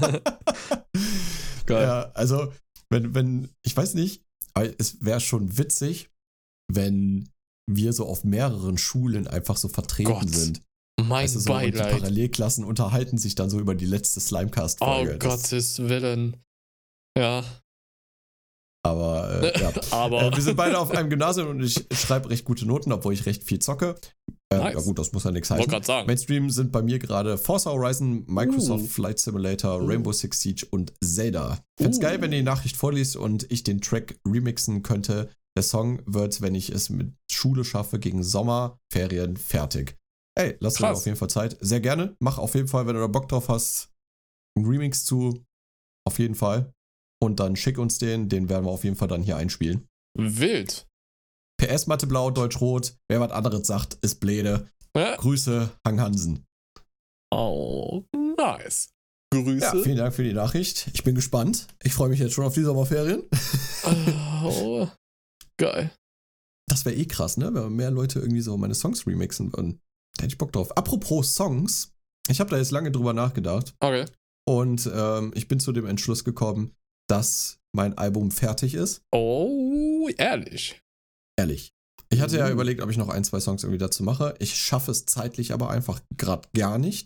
Geil. Ja, also, wenn, ich weiß nicht, aber es wäre schon witzig, wenn wir so auf mehreren Schulen einfach so vertreten sind. Mein Beileid. Und die Parallelklassen unterhalten sich dann so über die letzte Slimecast-Folge. Oh, Gottes Willen. Ja. Aber, wir sind beide auf einem Gymnasium und ich schreibe recht gute Noten, obwohl ich recht viel zocke. Nice. Ja gut, das muss ja nichts heißen. Wollte gerade sagen. Mainstream sind bei mir gerade Forza Horizon, Microsoft Flight Simulator, Rainbow Six Siege und Zelda. Fände es geil, wenn ihr die Nachricht vorliest und ich den Track remixen könnte. Der Song wird, wenn ich es mit Schule schaffe, gegen Sommerferien fertig. Ey, lass dir auf jeden Fall Zeit. Sehr gerne. Mach auf jeden Fall, wenn du da Bock drauf hast, einen Remix zu. Auf jeden Fall. Und dann schick uns den werden wir auf jeden Fall dann hier einspielen. Wild. PS Mathe Blau, Deutsch Rot. Wer was anderes sagt, ist Blede. Ja. Grüße, Hang Hansen. Oh, nice. Grüße. Ja, vielen Dank für die Nachricht. Ich bin gespannt. Ich freue mich jetzt schon auf die Sommerferien. Oh, geil. Das wäre krass, ne? Wenn mehr Leute irgendwie so meine Songs remixen würden. Da hätte ich Bock drauf. Apropos Songs. Ich habe da jetzt lange drüber nachgedacht. Okay. Und ich bin zu dem Entschluss gekommen, dass mein Album fertig ist. Oh, ehrlich. Ehrlich. Ich hatte ja überlegt, ob ich noch 1, 2 Songs irgendwie dazu mache. Ich schaffe es zeitlich aber einfach gerade gar nicht.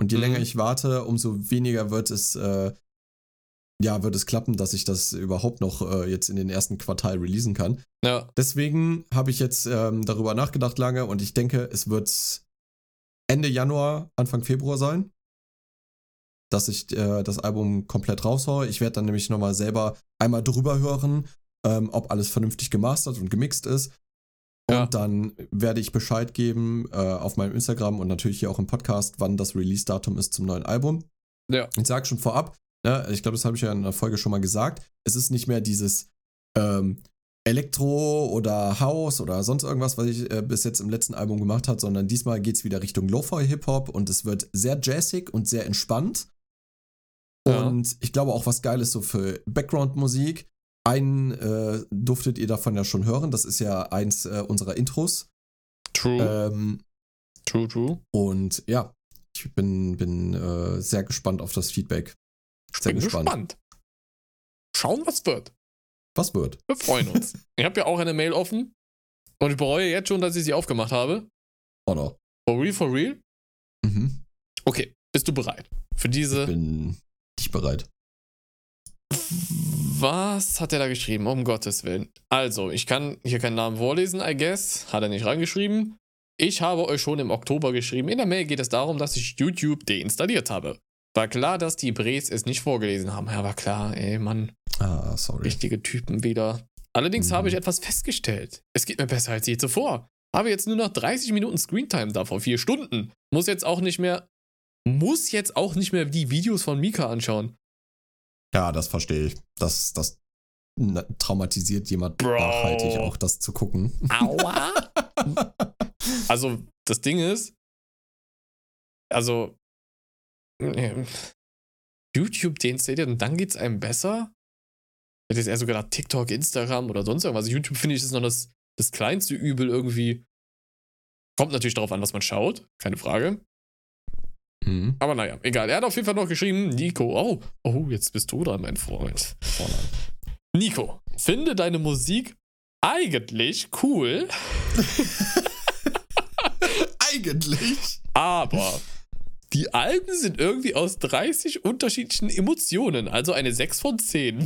Und je länger ich warte, umso weniger wird es klappen, dass ich das überhaupt noch jetzt in den ersten Quartal releasen kann. Ja. Deswegen habe ich jetzt darüber nachgedacht lange und ich denke, es wird Ende Januar, Anfang Februar sein, dass ich das Album komplett raushaue. Ich werde dann nämlich nochmal selber einmal drüber hören, ob alles vernünftig gemastert und gemixt ist. Und dann werde ich Bescheid geben auf meinem Instagram und natürlich hier auch im Podcast, wann das Release-Datum ist zum neuen Album. Ja. Ich sage schon vorab, ich glaube, das habe ich ja in der Folge schon mal gesagt, es ist nicht mehr dieses Elektro oder House oder sonst irgendwas, was ich bis jetzt im letzten Album gemacht habe, sondern diesmal geht es wieder Richtung Lo-Fi-Hip-Hop und es wird sehr jazzig und sehr entspannt. Ja. Und ich glaube auch, was geil ist so für Background-Musik. Einen durftet ihr davon ja schon hören, das ist ja eins unserer Intros. True. True. Und ja, ich bin sehr gespannt auf das Feedback. Sehr gespannt. Schauen, was wird. Was wird? Wir freuen uns. Ich habe ja auch eine Mail offen und ich bereue jetzt schon, dass ich sie aufgemacht habe. Oh no. For real? Mhm. Okay, bist du bereit für diese? Ich bin nicht bereit. Was hat er da geschrieben? Um Gottes Willen. Also, ich kann hier keinen Namen vorlesen, I guess. Hat er nicht reingeschrieben. Ich habe euch schon im Oktober geschrieben. In der Mail geht es darum, dass ich YouTube deinstalliert habe. War klar, dass die Bres es nicht vorgelesen haben. Ja, war klar, ey, Mann. Sorry. Richtige Typen wieder. Allerdings habe ich etwas festgestellt. Es geht mir besser als je zuvor. Habe jetzt nur noch 30 Minuten Screentime, davor 4 Stunden. Muss jetzt auch nicht mehr die Videos von Mika anschauen. Ja, das verstehe ich. Das traumatisiert jemand nachhaltig auch, das zu gucken. Aua! Also, das Ding ist, YouTube deinstalliert und dann geht's einem besser? Ich hätte jetzt eher so gedacht, TikTok, Instagram oder sonst irgendwas. Also YouTube finde ich ist noch das kleinste Übel irgendwie. Kommt natürlich darauf an, was man schaut, keine Frage. Mhm. Aber naja, egal. Er hat auf jeden Fall noch geschrieben, Nico, oh, jetzt bist du da, mein Freund. Nico, finde deine Musik eigentlich cool. Eigentlich? Aber die Alben sind irgendwie aus 30 unterschiedlichen Emotionen, also eine 6 von 10.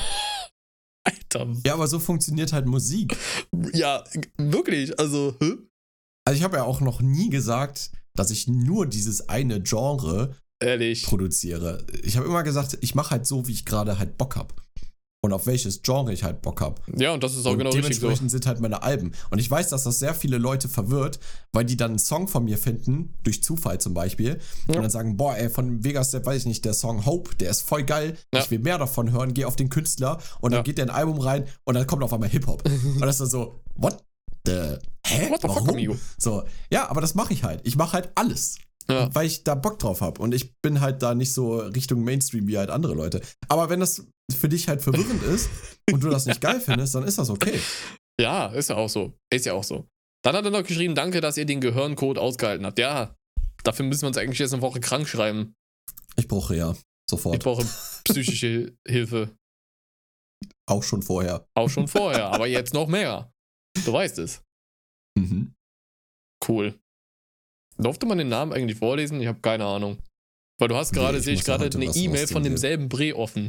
Alter. Ja, aber so funktioniert halt Musik. Ja, wirklich, also, Also ich habe ja auch noch nie gesagt, dass ich nur dieses eine Genre produziere. Ich habe immer gesagt, ich mache halt so, wie ich gerade halt Bock habe. Und auf welches Genre ich halt Bock habe. Ja, und das ist auch genau richtig so. Dementsprechend sind halt meine Alben. Und ich weiß, dass das sehr viele Leute verwirrt, weil die dann einen Song von mir finden, durch Zufall zum Beispiel, und dann sagen, boah, ey, von Vegas, weiß ich nicht, der Song Hope, der ist voll geil, ich will mehr davon hören, geh auf den Künstler und dann geht der ein Album rein und dann kommt auf einmal Hip-Hop. Und das ist dann so, what the, hä? What the fuck, amigo? So, ja, aber das mache ich halt. Ich mache halt alles. Ja. Weil ich da Bock drauf habe. Und ich bin halt da nicht so Richtung Mainstream wie halt andere Leute. Aber wenn das für dich halt verwirrend ist und du das nicht geil findest, dann ist das okay. Ja, ist ja auch so. Ist ja auch so. Dann hat er noch geschrieben, danke, dass ihr den Gehirncode ausgehalten habt. Ja, dafür müssen wir uns eigentlich jetzt eine Woche krank schreiben. Ich brauche sofort. Ich brauche psychische Hilfe. Auch schon vorher. Aber jetzt noch mehr. Du weißt es. Mhm. Cool. Durfte man den Namen eigentlich vorlesen? Ich habe keine Ahnung. Weil du hast gerade, sehe ich gerade, eine E-Mail von demselben Bre offen.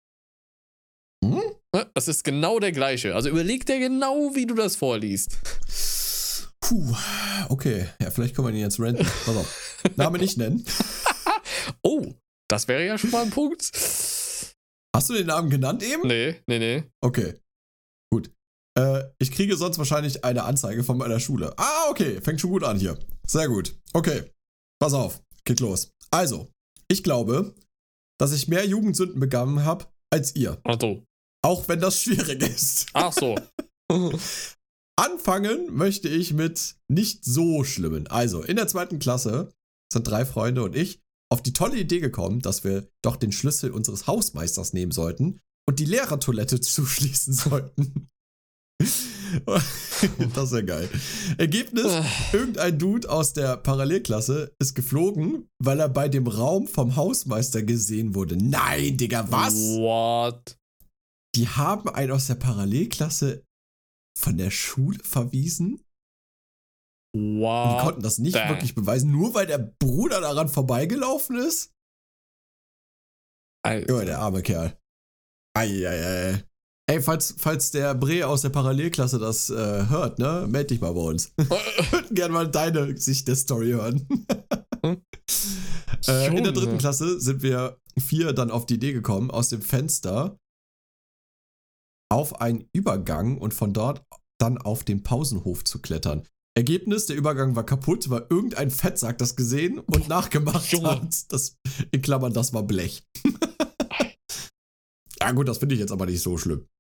Hm? Das ist genau der gleiche. Also überleg dir genau, wie du das vorliest. Puh, okay. Ja, vielleicht können wir den jetzt ranten. Pass auf. Name nicht nennen. Oh, das wäre ja schon mal ein Punkt. Hast du den Namen genannt eben? Nee. Okay, gut. Ich kriege sonst wahrscheinlich eine Anzeige von meiner Schule. Okay, fängt schon gut an hier. Sehr gut. Okay, pass auf, geht los. Also, ich glaube, dass ich mehr Jugendsünden begangen habe als ihr. Ach so. Auch wenn das schwierig ist. Ach so. Anfangen möchte ich mit nicht so schlimmen. Also, in der 2. Klasse sind 3 Freunde und ich auf die tolle Idee gekommen, dass wir doch den Schlüssel unseres Hausmeisters nehmen sollten und die Lehrertoilette zuschließen sollten. Das ist ja geil. Ergebnis: Irgendein Dude aus der Parallelklasse ist geflogen, weil er bei dem Raum vom Hausmeister gesehen wurde. Nein, Digga, was? What? Die haben einen aus der Parallelklasse von der Schule verwiesen? Und die Wow. konnten das nicht wirklich beweisen, nur weil der Bruder daran vorbeigelaufen ist. Junge, der arme Kerl. Eieiei. Ey, falls der Bre aus der Parallelklasse das hört, ne, meld dich mal bei uns. Wir würden gerne mal deine Sicht der Story hören. In der 3. Klasse sind wir 4 dann auf die Idee gekommen, aus dem Fenster auf einen Übergang und von dort dann auf den Pausenhof zu klettern. Ergebnis, der Übergang war kaputt, weil irgendein Fettsack das gesehen und nachgemacht hat. Das, in Klammern, das war Blech. Ja gut, das finde ich jetzt aber nicht so schlimm.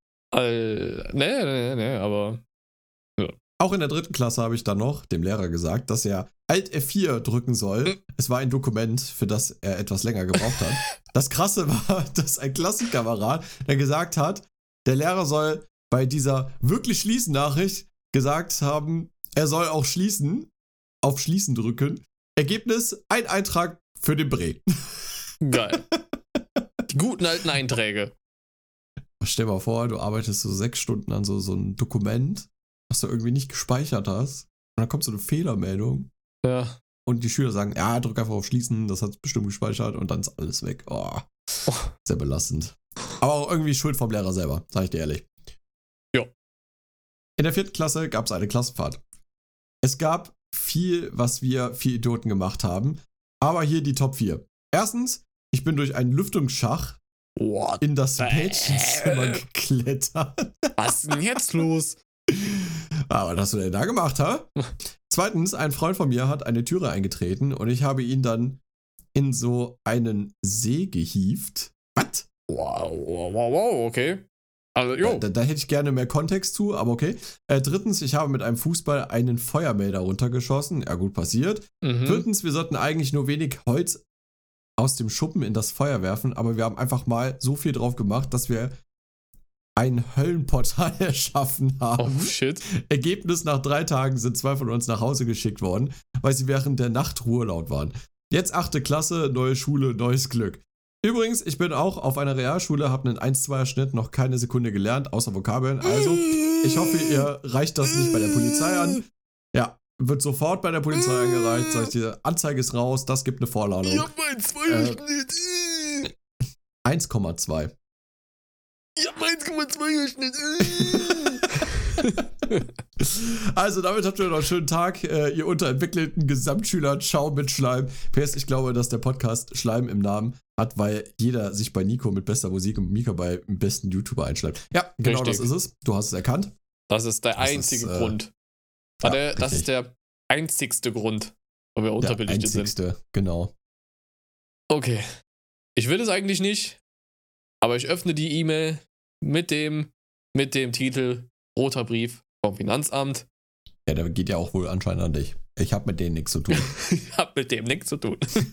Nee, aber... Auch in der 3. Klasse habe ich dann noch dem Lehrer gesagt, dass er Alt F4 drücken soll. Es war ein Dokument, für das er etwas länger gebraucht hat. Das Krasse war, dass ein Klassenkamerad, der gesagt hat, der Lehrer soll bei dieser wirklich Schließen-Nachricht gesagt haben, er soll auch schließen, auf Schließen drücken. Ergebnis, ein Eintrag für den Bre. Geil. Die guten alten Einträge. Stell dir mal vor, du arbeitest so 6 Stunden an so ein Dokument, was du irgendwie nicht gespeichert hast. Und dann kommt so eine Fehlermeldung. Ja. Und die Schüler sagen, ja, drück einfach auf Schließen, das hat bestimmt gespeichert und dann ist alles weg. Oh, sehr belastend. Aber auch irgendwie Schuld vom Lehrer selber, sag ich dir ehrlich. Ja. In der 4. Klasse gab es eine Klassenfahrt. Es gab viel, was wir 4 Idioten gemacht haben, aber hier die Top 4. Erstens, ich bin durch einen Lüftungsschacht in das Mädchenzimmer geklettert. Was ist denn jetzt los? Aber was hast du denn da gemacht, ha? Zweitens, ein Freund von mir hat eine Türe eingetreten und ich habe ihn dann in so einen See gehievt. Was? Wow, okay. Also, jo. Da hätte ich gerne mehr Kontext zu, aber okay. Drittens, ich habe mit einem Fußball einen Feuermelder runtergeschossen. Ja, gut, passiert. Viertens, wir sollten eigentlich nur wenig Holz aus dem Schuppen in das Feuer werfen, aber wir haben einfach mal so viel drauf gemacht, dass wir ein Höllenportal erschaffen haben. Oh, shit. Ergebnis, nach 3 Tagen sind 2 von uns nach Hause geschickt worden, weil sie während der Nacht ruhelaut waren. Jetzt 8. Klasse, neue Schule, neues Glück. Übrigens, ich bin auch auf einer Realschule, habe einen 1-2er-Schnitt, noch keine Sekunde gelernt, außer Vokabeln. Also, ich hoffe, ihr reicht das nicht bei der Polizei an. Ja, wird sofort bei der Polizei angereicht. Sag ich dir, Anzeige ist raus, das gibt eine Vorladung. Ich hab meinen 2er-Schnitt. 1,2. Ich hab meinen 1,2er-Schnitt. Also, damit habt ihr noch einen schönen Tag, ihr unterentwickelten Gesamtschüler. Ciao mit Schleim. PS, ich glaube, dass der Podcast Schleim im Namen hat, weil jeder sich bei Nico mit bester Musik und Mika bei dem besten YouTuber einschleimt. Ja, genau. Richtig. Das ist es. Du hast es erkannt. Das ist der einzige Grund. Ja, das ist der einzigste Grund, wo wir unterbelichtet sind. Genau. Okay. Ich will es eigentlich nicht, aber ich öffne die E-Mail mit dem Titel Roter Brief vom Finanzamt. Ja, der geht ja auch wohl anscheinend an dich. Ich hab mit denen nichts zu tun. Ich hab mit dem nichts zu tun.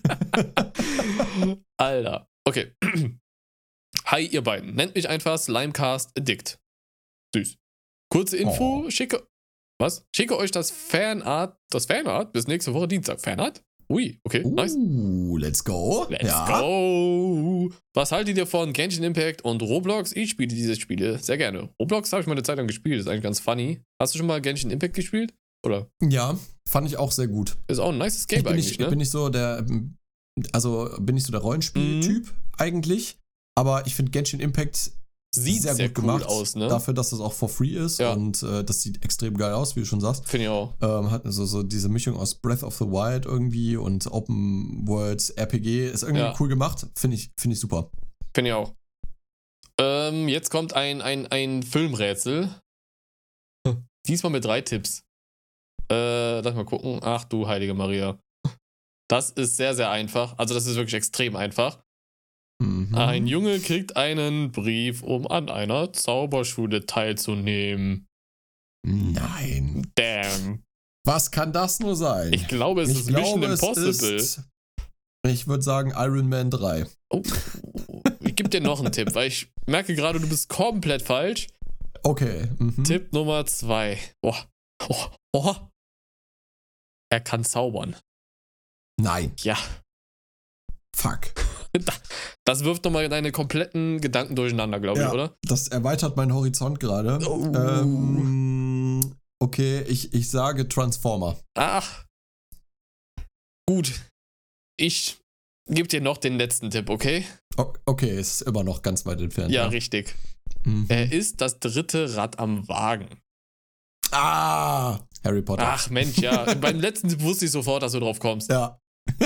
Alter. Okay. Hi, ihr beiden. Nennt mich einfach Slimecast Addict. Süß. Kurze Info. Schicke euch das Fanart bis nächste Woche Dienstag. Fanart? Ui, okay, nice. Let's go. Let's go. Was haltet ihr von Genshin Impact und Roblox? Ich spiele diese Spiele sehr gerne. Roblox habe ich mal eine Zeit lang gespielt, ist eigentlich ganz funny. Hast du schon mal Genshin Impact gespielt? Oder? Ja, fand ich auch sehr gut. Ist auch ein nices Game eigentlich, ne? Bin nicht so der Rollenspiel-Typ eigentlich, aber ich finde Genshin Impact sieht sehr gut gemacht cool aus, ne? Dafür, dass das auch for free ist und das sieht extrem geil aus, wie du schon sagst. Finde ich auch. Hat so diese Mischung aus Breath of the Wild irgendwie und Open World RPG. Ist irgendwie cool gemacht. Finde ich super. Finde ich auch. Jetzt kommt ein Filmrätsel. Diesmal mit 3 Tipps. Lass mal gucken. Ach du heilige Maria. Das ist sehr, sehr einfach. Also das ist wirklich extrem einfach. Ein Junge kriegt einen Brief, um an einer Zauberschule teilzunehmen. Nein. Damn. Was kann das nur sein? Ich glaube, es ist Mission Impossible. Ich würde sagen Iron Man 3. Oh, ich gebe dir noch einen Tipp, weil ich merke gerade, du bist komplett falsch. Okay. Tipp Nummer 2. Er kann zaubern. Nein. Ja. Fuck. Das wirft nochmal deine kompletten Gedanken durcheinander, glaube ich, oder? Das erweitert meinen Horizont gerade. Okay, ich sage Transformer. Ach. Gut. Ich gebe dir noch den letzten Tipp, okay? Okay, ist immer noch ganz weit entfernt. Ja, richtig. Mhm. Er ist das dritte Rad am Wagen. Harry Potter. Ach Mensch, ja. Beim letzten Tipp wusste ich sofort, dass du drauf kommst. Ja.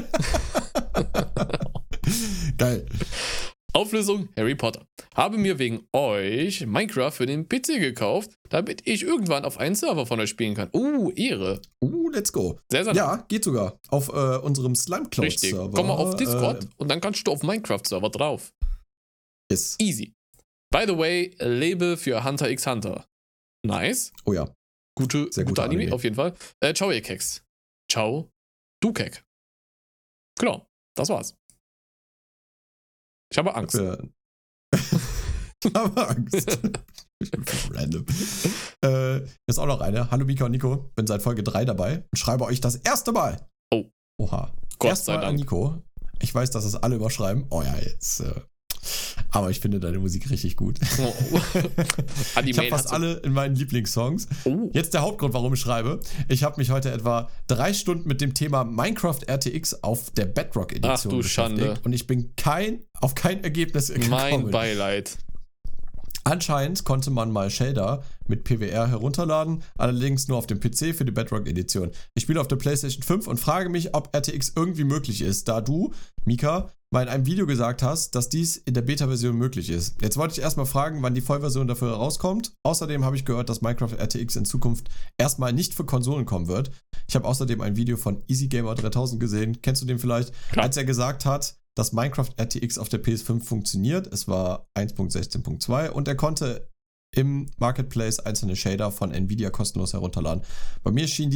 Geil. Auflösung: Harry Potter. Habe mir wegen euch Minecraft für den PC gekauft, damit ich irgendwann auf einen Server von euch spielen kann. Ehre. Let's go. Sehr, sehr Ja, geht sogar. Auf unserem Slime-Cloud-Server. Richtig. Komm mal auf Discord und dann kannst du auf Minecraft-Server drauf. Yes. Easy. By the way, lebe für Hunter x Hunter. Nice. Oh ja. Sehr Guter Anime, Anime, auf jeden Fall. Ciao, ihr Keks. Ciao, du Kek. Genau, das war's. Ich habe Angst. Ich habe Angst. Random. Ist auch noch eine. Hallo Mika und Nico, bin seit Folge 3 dabei und schreibe euch das erste Mal. Oh. Oha. Gott sei Erstmal an Dank. Nico. Ich weiß, dass es alle überschreiben. Oh ja, jetzt. Aber ich finde deine Musik richtig gut. Oh. Ich habe fast alle in meinen Lieblingssongs. Oh. Jetzt der Hauptgrund, warum ich schreibe. Ich habe mich heute etwa 3 Stunden mit dem Thema Minecraft RTX auf der Bedrock-Edition Ach du beschäftigt. Schande. Und ich bin auf kein Ergebnis gekommen. Mein Beileid. Anscheinend konnte man mal Shader mit PWR herunterladen, allerdings nur auf dem PC für die Bedrock-Edition. Ich spiele auf der PlayStation 5 und frage mich, ob RTX irgendwie möglich ist, da du, Mika, mal in einem Video gesagt hast, dass dies in der Beta-Version möglich ist. Jetzt wollte ich erstmal fragen, wann die Vollversion dafür rauskommt. Außerdem habe ich gehört, dass Minecraft RTX in Zukunft erstmal nicht für Konsolen kommen wird. Ich habe außerdem ein Video von EasyGamer3000 gesehen. Kennst du den vielleicht? Klar. Als er gesagt hat, dass Minecraft RTX auf der PS5 funktioniert. Es war 1.16.2 und er konnte im Marketplace einzelne Shader von Nvidia kostenlos herunterladen. Bei mir erschienen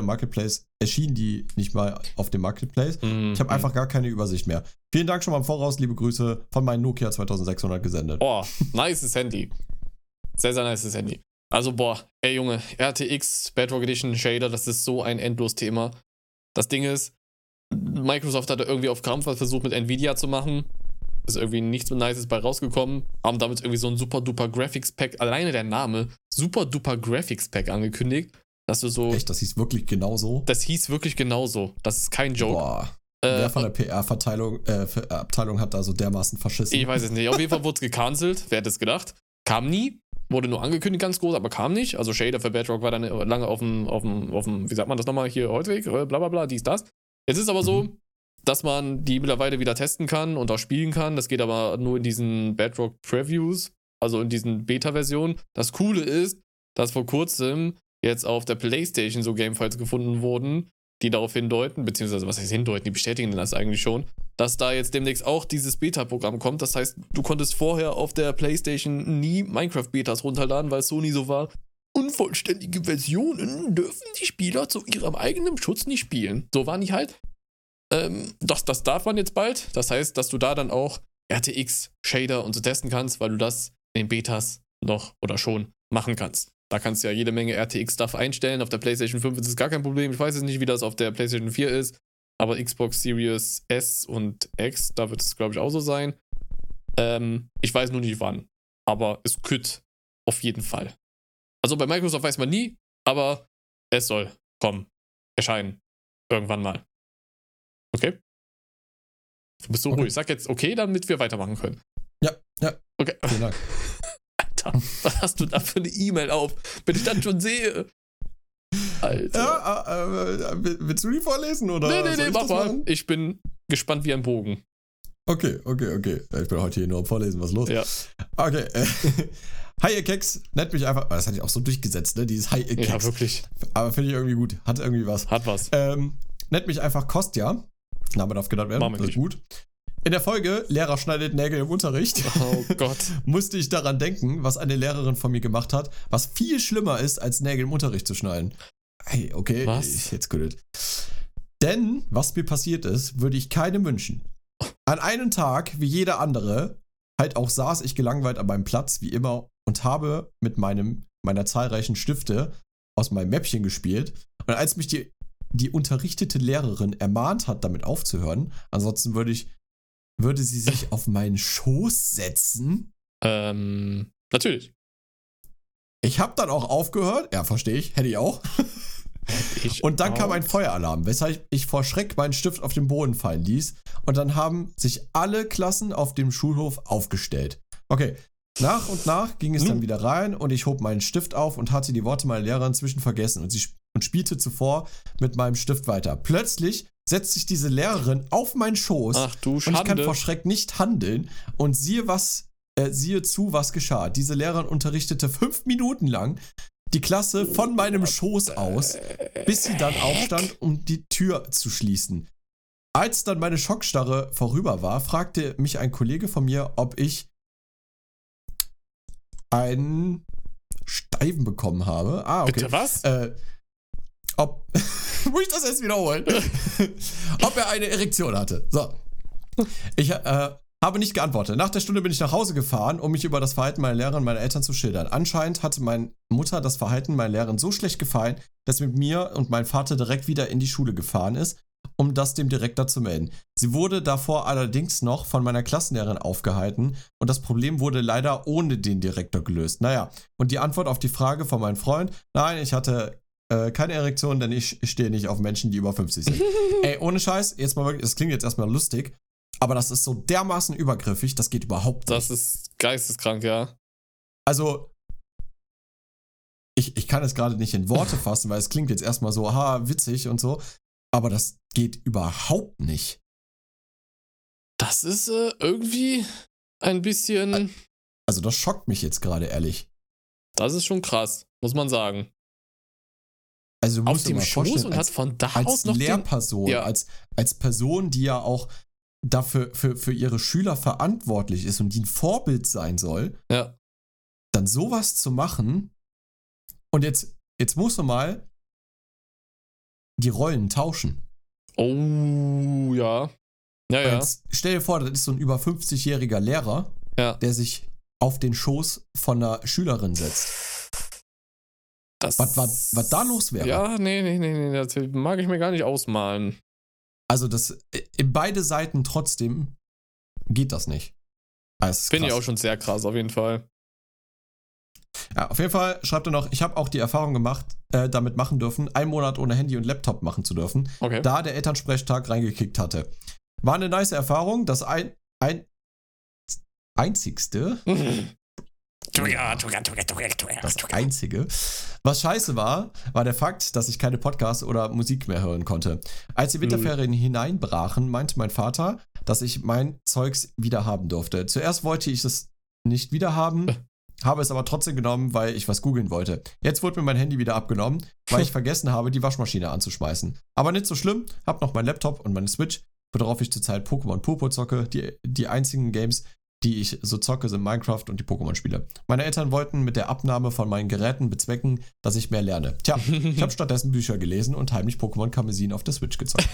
die nicht mal auf dem Marketplace. Ich habe einfach gar keine Übersicht mehr. Vielen Dank schon mal im Voraus, liebe Grüße von meinem Nokia 2600 gesendet. Oh, nices Handy. Sehr, sehr nices Handy. Also, ey Junge, RTX Bedrock Edition Shader, das ist so ein endlos Thema. Das Ding ist, Microsoft hat da irgendwie auf Krampf was versucht mit Nvidia zu machen. Ist irgendwie nichts so Nices bei rausgekommen. Haben damit irgendwie so ein super duper Graphics Pack, alleine der Name, super duper Graphics Pack angekündigt. Dass du so. Echt, das hieß wirklich genauso? Das hieß wirklich genauso. Das ist kein Joke. Boah. Wer von der PR-Abteilung hat da so dermaßen verschissen? Ich weiß es nicht. Auf jeden Fall wurde es gecancelt. Wer hätte es gedacht? Kam nie. Wurde nur angekündigt, ganz groß, aber kam nicht. Also Shader für Bedrock war dann lange auf dem, wie sagt man das nochmal, hier Holzweg, bla bla bla, dies, das. Jetzt ist aber so, dass man die mittlerweile wieder testen kann und auch spielen kann. Das geht aber nur in diesen Bedrock Previews, also in diesen Beta-Versionen. Das Coole ist, dass vor kurzem jetzt auf der PlayStation so Gamefiles gefunden wurden, die darauf hindeuten, beziehungsweise was heißt hindeuten, die bestätigen das eigentlich schon, dass da jetzt demnächst auch dieses Beta-Programm kommt. Das heißt, du konntest vorher auf der PlayStation nie Minecraft-Betas runterladen, weil es so nie so war. Unvollständige Versionen dürfen die Spieler zu ihrem eigenen Schutz nicht spielen. So war nicht halt. Das darf man jetzt bald. Das heißt, dass du da dann auch RTX-Shader und so testen kannst, weil du das in den Betas noch oder schon machen kannst. Da kannst du ja jede Menge RTX-Stuff einstellen. Auf der PlayStation 5 ist es gar kein Problem. Ich weiß jetzt nicht, wie das auf der PlayStation 4 ist, aber Xbox Series S und X, da wird es, glaube ich, auch so sein. Ich weiß nur nicht wann, aber es könnte auf jeden Fall. Also bei Microsoft weiß man nie, aber es soll kommen, erscheinen. Irgendwann mal. Okay? Du bist so ruhig. Sag jetzt okay, damit wir weitermachen können. Ja. Okay. Vielen Dank. Alter, was hast du da für eine E-Mail auf? Wenn ich das schon sehe. Alter. Ja, willst du die vorlesen? Oder Nee, mach mal. Ich bin gespannt wie ein Bogen. Okay. Ich bin heute hier nur am Vorlesen. Was ist los? Ja. Okay. Hi, ihr Keks. Nennt mich einfach. Das hatte ich auch so durchgesetzt, ne? Dieses Hi, ihr Keks. Ja, wirklich. Aber finde ich irgendwie gut. Hat irgendwie was. Hat was. Nennt mich einfach Kostja. Name darf genannt werden. Das ist gut. In der Folge Lehrer schneidet Nägel im Unterricht Oh Gott. musste ich daran denken, was eine Lehrerin von mir gemacht hat, was viel schlimmer ist, als Nägel im Unterricht zu schneiden. Hey, okay, Was? jetzt gut. Denn, was mir passiert ist, würde ich keinem wünschen. An einem Tag, wie jeder andere, halt auch saß ich gelangweilt an meinem Platz, wie immer, und habe mit meiner zahlreichen Stifte aus meinem Mäppchen gespielt. Und als mich die unterrichtete Lehrerin ermahnt hat, damit aufzuhören, ansonsten würde sie sich auf meinen Schoß setzen. Natürlich. Ich habe dann auch aufgehört. Ja, verstehe ich. Hätte ich auch. Und dann kam ein Feueralarm, weshalb ich vor Schreck meinen Stift auf den Boden fallen ließ. Und dann haben sich alle Klassen auf dem Schulhof aufgestellt. Okay, nach und nach ging es dann wieder rein und ich hob meinen Stift auf und hatte die Worte meiner Lehrerin inzwischen vergessen und spielte zuvor mit meinem Stift weiter. Plötzlich setzt sich diese Lehrerin auf meinen Schoß. Ach du und ich kann Schande. vor Schreck nicht handeln und siehe zu, was geschah. Diese Lehrerin unterrichtete 5 Minuten lang die Klasse von meinem Schoß aus, bis sie dann aufstand, um die Tür zu schließen. Als dann meine Schockstarre vorüber war, fragte mich ein Kollege von mir, ob ich einen Steifen bekommen habe. Ah, okay. Bitte was? Muss ich das jetzt wiederholen? Ob er eine Erektion hatte. So. Ich habe nicht geantwortet. Nach der Stunde bin ich nach Hause gefahren, um mich über das Verhalten meiner Lehrerin und meiner Eltern zu schildern. Anscheinend hatte meine Mutter das Verhalten meiner Lehrerin so schlecht gefallen, dass sie mit mir und meinem Vater direkt wieder in die Schule gefahren ist, um das dem Direktor zu melden. Sie wurde davor allerdings noch von meiner Klassenlehrerin aufgehalten und das Problem wurde leider ohne den Direktor gelöst. Naja, und die Antwort auf die Frage von meinem Freund: Nein, ich hatte keine Erektion, denn ich stehe nicht auf Menschen, die über 50 sind. Ey, ohne Scheiß, jetzt mal wirklich, das klingt jetzt erstmal lustig, aber das ist so dermaßen übergriffig, das geht überhaupt nicht. Das ist geisteskrank, ja. Also, ich kann es gerade nicht in Worte fassen, weil es klingt jetzt erstmal so, witzig und so, aber das geht überhaupt nicht. Das ist irgendwie ein bisschen. Also, das schockt mich jetzt gerade, ehrlich. Das ist schon krass, muss man sagen. Also, du Auf musst dir dem mal Schoß vorstellen, und hat von da als aus noch Lehrperson, Ja. als Person, die ja auch dafür für ihre Schüler verantwortlich ist und die ein Vorbild sein soll, Ja. dann sowas zu machen. Und jetzt musst du mal die Rollen tauschen. Oh, ja. Ja, ja. Jetzt stell dir vor, das ist so ein über 50-jähriger Lehrer, Ja. der sich auf den Schoß von einer Schülerin setzt. Das, Was da los wäre. Ja, nee, das mag ich mir gar nicht ausmalen. Also das, in beide Seiten trotzdem geht das nicht. Also Finde ich auch schon sehr krass, auf jeden Fall. Ja, auf jeden Fall schreibt er noch, ich habe auch die Erfahrung gemacht, damit machen dürfen, 1 Monat ohne Handy und Laptop machen zu dürfen, Okay. da der Elternsprechtag reingekickt hatte. War eine nice Erfahrung, das einzigste, das einzige, was scheiße war der Fakt, dass ich keine Podcasts oder Musik mehr hören konnte. Als die Winterferien hineinbrachen, meinte mein Vater, dass ich mein Zeugs wieder haben durfte. Zuerst wollte ich es nicht wieder haben, habe es aber trotzdem genommen, weil ich was googeln wollte. Jetzt wurde mir mein Handy wieder abgenommen, weil ich vergessen habe, die Waschmaschine anzuschmeißen. Aber nicht so schlimm, hab noch meinen Laptop und meine Switch, worauf ich zurzeit Pokémon Popo zocke. Die einzigen Games, die ich so zocke, sind Minecraft und die Pokémon-Spiele. Meine Eltern wollten mit der Abnahme von meinen Geräten bezwecken, dass ich mehr lerne. Tja, ich habe stattdessen Bücher gelesen und heimlich Pokémon Karmesin auf der Switch gezockt.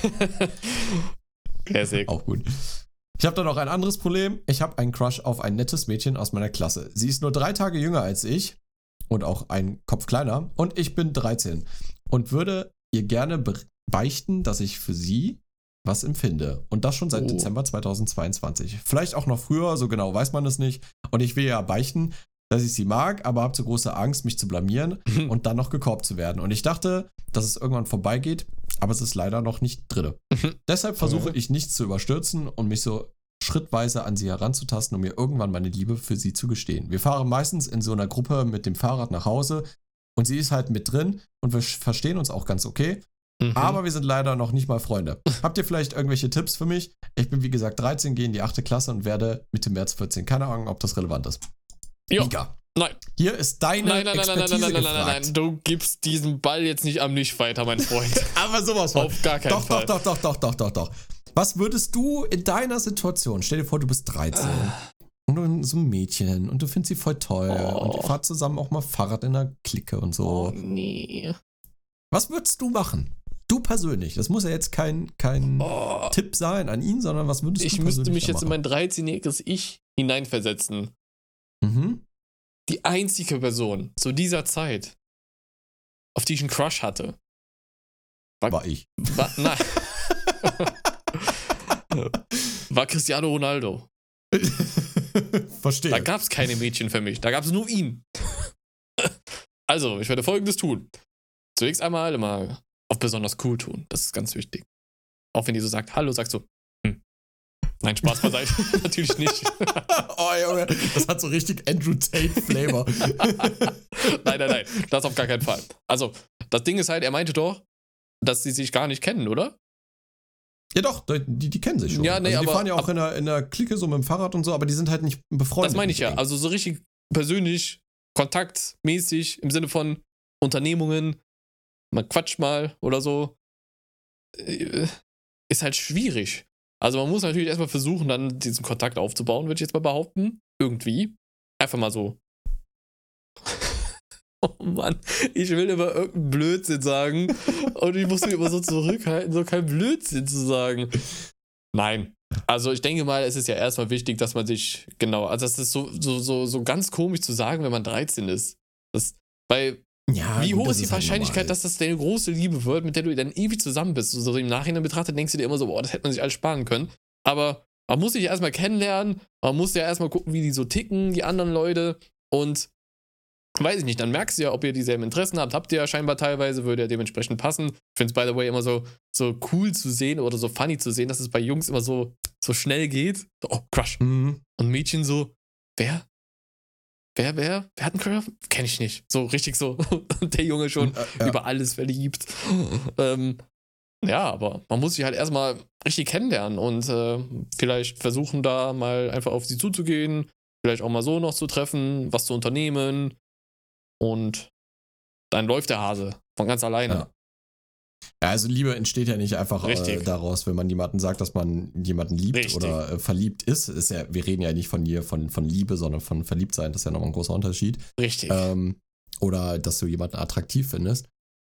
Classic. Auch gut. Ich habe da noch ein anderes Problem. Ich habe einen Crush auf ein nettes Mädchen aus meiner Klasse. Sie ist nur 3 Tage jünger als ich und auch einen Kopf kleiner und ich bin 13 und würde ihr gerne beichten, dass ich für sie was empfinde. Und das schon seit Dezember 2022. Vielleicht auch noch früher, so genau weiß man es nicht. Und ich will ja beichten, dass ich sie mag, aber habe zu große Angst, mich zu blamieren und dann noch gekorbt zu werden. Und ich dachte, dass es irgendwann vorbeigeht, aber es ist leider noch nicht drin. Deshalb versuche ich nichts zu überstürzen und mich so schrittweise an sie heranzutasten, um mir irgendwann meine Liebe für sie zu gestehen. Wir fahren meistens in so einer Gruppe mit dem Fahrrad nach Hause und sie ist halt mit drin und wir verstehen uns auch ganz okay. Aber wir sind leider noch nicht mal Freunde. Habt ihr vielleicht irgendwelche Tipps für mich? Ich bin wie gesagt 13, gehe in die 8. Klasse und werde Mitte März 14. Keine Ahnung, ob das relevant ist. Jo. Mika. Nein. Hier ist deine Expertise gefragt. Nein. Du gibst diesen Ball jetzt nicht am Licht weiter, mein Freund. Aber sowas von. Auf gar keinen Fall. Doch. Was würdest du in deiner Situation, stell dir vor, du bist 13 und du so ein Mädchen und du findest sie voll toll und ihr fahrt zusammen auch mal Fahrrad in der Clique und so. Oh, nee. Was würdest du machen? Du persönlich. Das muss ja jetzt kein Tipp sein an ihn, sondern was würdest du persönlich Ich müsste mich jetzt in machen? mein 13-jähriges Ich hineinversetzen. Mhm. Die einzige Person zu dieser Zeit, auf die ich einen Crush hatte, War ich. nein. War Cristiano Ronaldo. Verstehe. Da gab es keine Mädchen für mich, da gab es nur ihn. Also, ich werde Folgendes tun. Zunächst einmal immer auf besonders cool tun. Das ist ganz wichtig. Auch wenn die so sagt, hallo, sagst du, Nein, Spaß beiseite. Natürlich nicht. Oh, Junge, das hat so richtig Andrew Tate-Flavor. Nein. Das auf gar keinen Fall. Also, das Ding ist halt, er meinte doch, dass sie sich gar nicht kennen, oder? Ja doch, die kennen sich schon. Ja, nee, also die aber, fahren ja auch in der Clique so mit dem Fahrrad und so, aber die sind halt nicht befreundet. Das meine ich ja. Also so richtig persönlich, kontaktmäßig, im Sinne von Unternehmungen, man quatscht mal oder so, ist halt schwierig. Also man muss natürlich erstmal versuchen, dann diesen Kontakt aufzubauen, würde ich jetzt mal behaupten. Irgendwie. Einfach mal so. Oh Mann, ich will immer irgendeinen Blödsinn sagen und ich muss mich immer so zurückhalten, so keinen Blödsinn zu sagen. Nein. Also ich denke mal, es ist ja erstmal wichtig, dass man sich, genau, also das ist so ganz komisch zu sagen, wenn man 13 ist. Weil, ja, wie gut, hoch ist die halt Wahrscheinlichkeit, normal. dass das deine große Liebe wird, mit der du dann ewig zusammen bist? So im Nachhinein betrachtet denkst du dir immer so, boah, das hätte man sich alles sparen können. Aber man muss sich erstmal kennenlernen, man muss ja erstmal gucken, wie die so ticken, die anderen Leute. Und weiß ich nicht, dann merkst du ja, ob ihr dieselben Interessen habt ihr ja scheinbar teilweise, würde ja dementsprechend passen. Ich finde es, by the way, immer so cool zu sehen oder so funny zu sehen, dass es bei Jungs immer so schnell geht. So, oh, Crush. Mhm. Und Mädchen so, wer? Wer hat einen Crush? Kenn ich nicht. So richtig so. Und der Junge schon über alles verliebt. Ja, aber man muss sich halt erstmal richtig kennenlernen und vielleicht versuchen, da mal einfach auf sie zuzugehen, vielleicht auch mal so noch zu treffen, was zu unternehmen. Und dann läuft der Hase von ganz alleine. Ja. Ja, also Liebe entsteht ja nicht einfach daraus, wenn man jemanden sagt, dass man jemanden liebt oder verliebt ist. Wir reden ja nicht von Liebe, sondern von Verliebtsein. Das ist ja nochmal ein großer Unterschied. Richtig. Oder dass du jemanden attraktiv findest.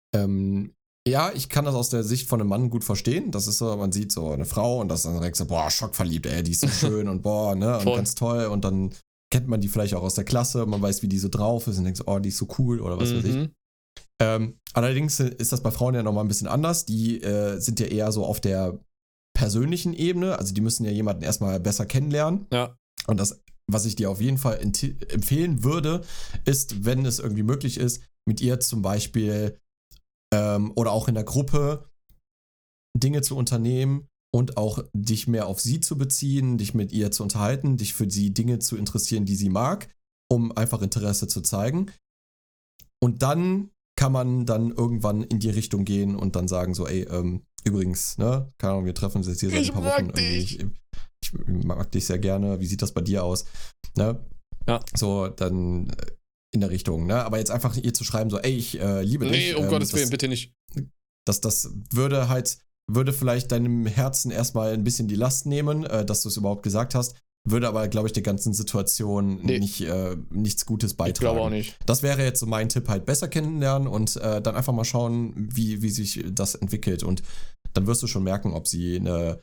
Ja, ich kann das aus der Sicht von einem Mann gut verstehen. Das ist so, man sieht so eine Frau und das dann direkt so, boah, schockverliebt, die ist so schön und boah, ne, und ganz toll. Und dann kennt man die vielleicht auch aus der Klasse, man weiß, wie die so drauf ist und denkt so, oh, die ist so cool oder was weiß ich. Allerdings ist das bei Frauen ja nochmal ein bisschen anders. Die sind ja eher so auf der persönlichen Ebene. Also die müssen ja jemanden erstmal besser kennenlernen. Ja. Und das, was ich dir auf jeden Fall empfehlen würde, ist, wenn es irgendwie möglich ist, mit ihr zum Beispiel oder auch in der Gruppe Dinge zu unternehmen und auch dich mehr auf sie zu beziehen, dich mit ihr zu unterhalten, dich für sie Dinge zu interessieren, die sie mag, um einfach Interesse zu zeigen. Und dann kann man dann irgendwann in die Richtung gehen und dann sagen so, ey, übrigens, ne, keine Ahnung, wir treffen uns jetzt hier seit ein paar Wochen. Ich mag dich sehr gerne. Wie sieht das bei dir aus? Ne? Ja. So, dann in der Richtung, ne? Aber jetzt einfach ihr zu schreiben, so, ey, ich liebe dich. Nee, um Gottes Willen, bitte nicht. Das würde vielleicht deinem Herzen erstmal ein bisschen die Last nehmen, dass du es überhaupt gesagt hast, würde aber, glaube ich, der ganzen Situation nichts Gutes beitragen. Ich glaube auch nicht. Das wäre jetzt so mein Tipp, halt besser kennenlernen und dann einfach mal schauen, wie sich das entwickelt und dann wirst du schon merken, ob sie eine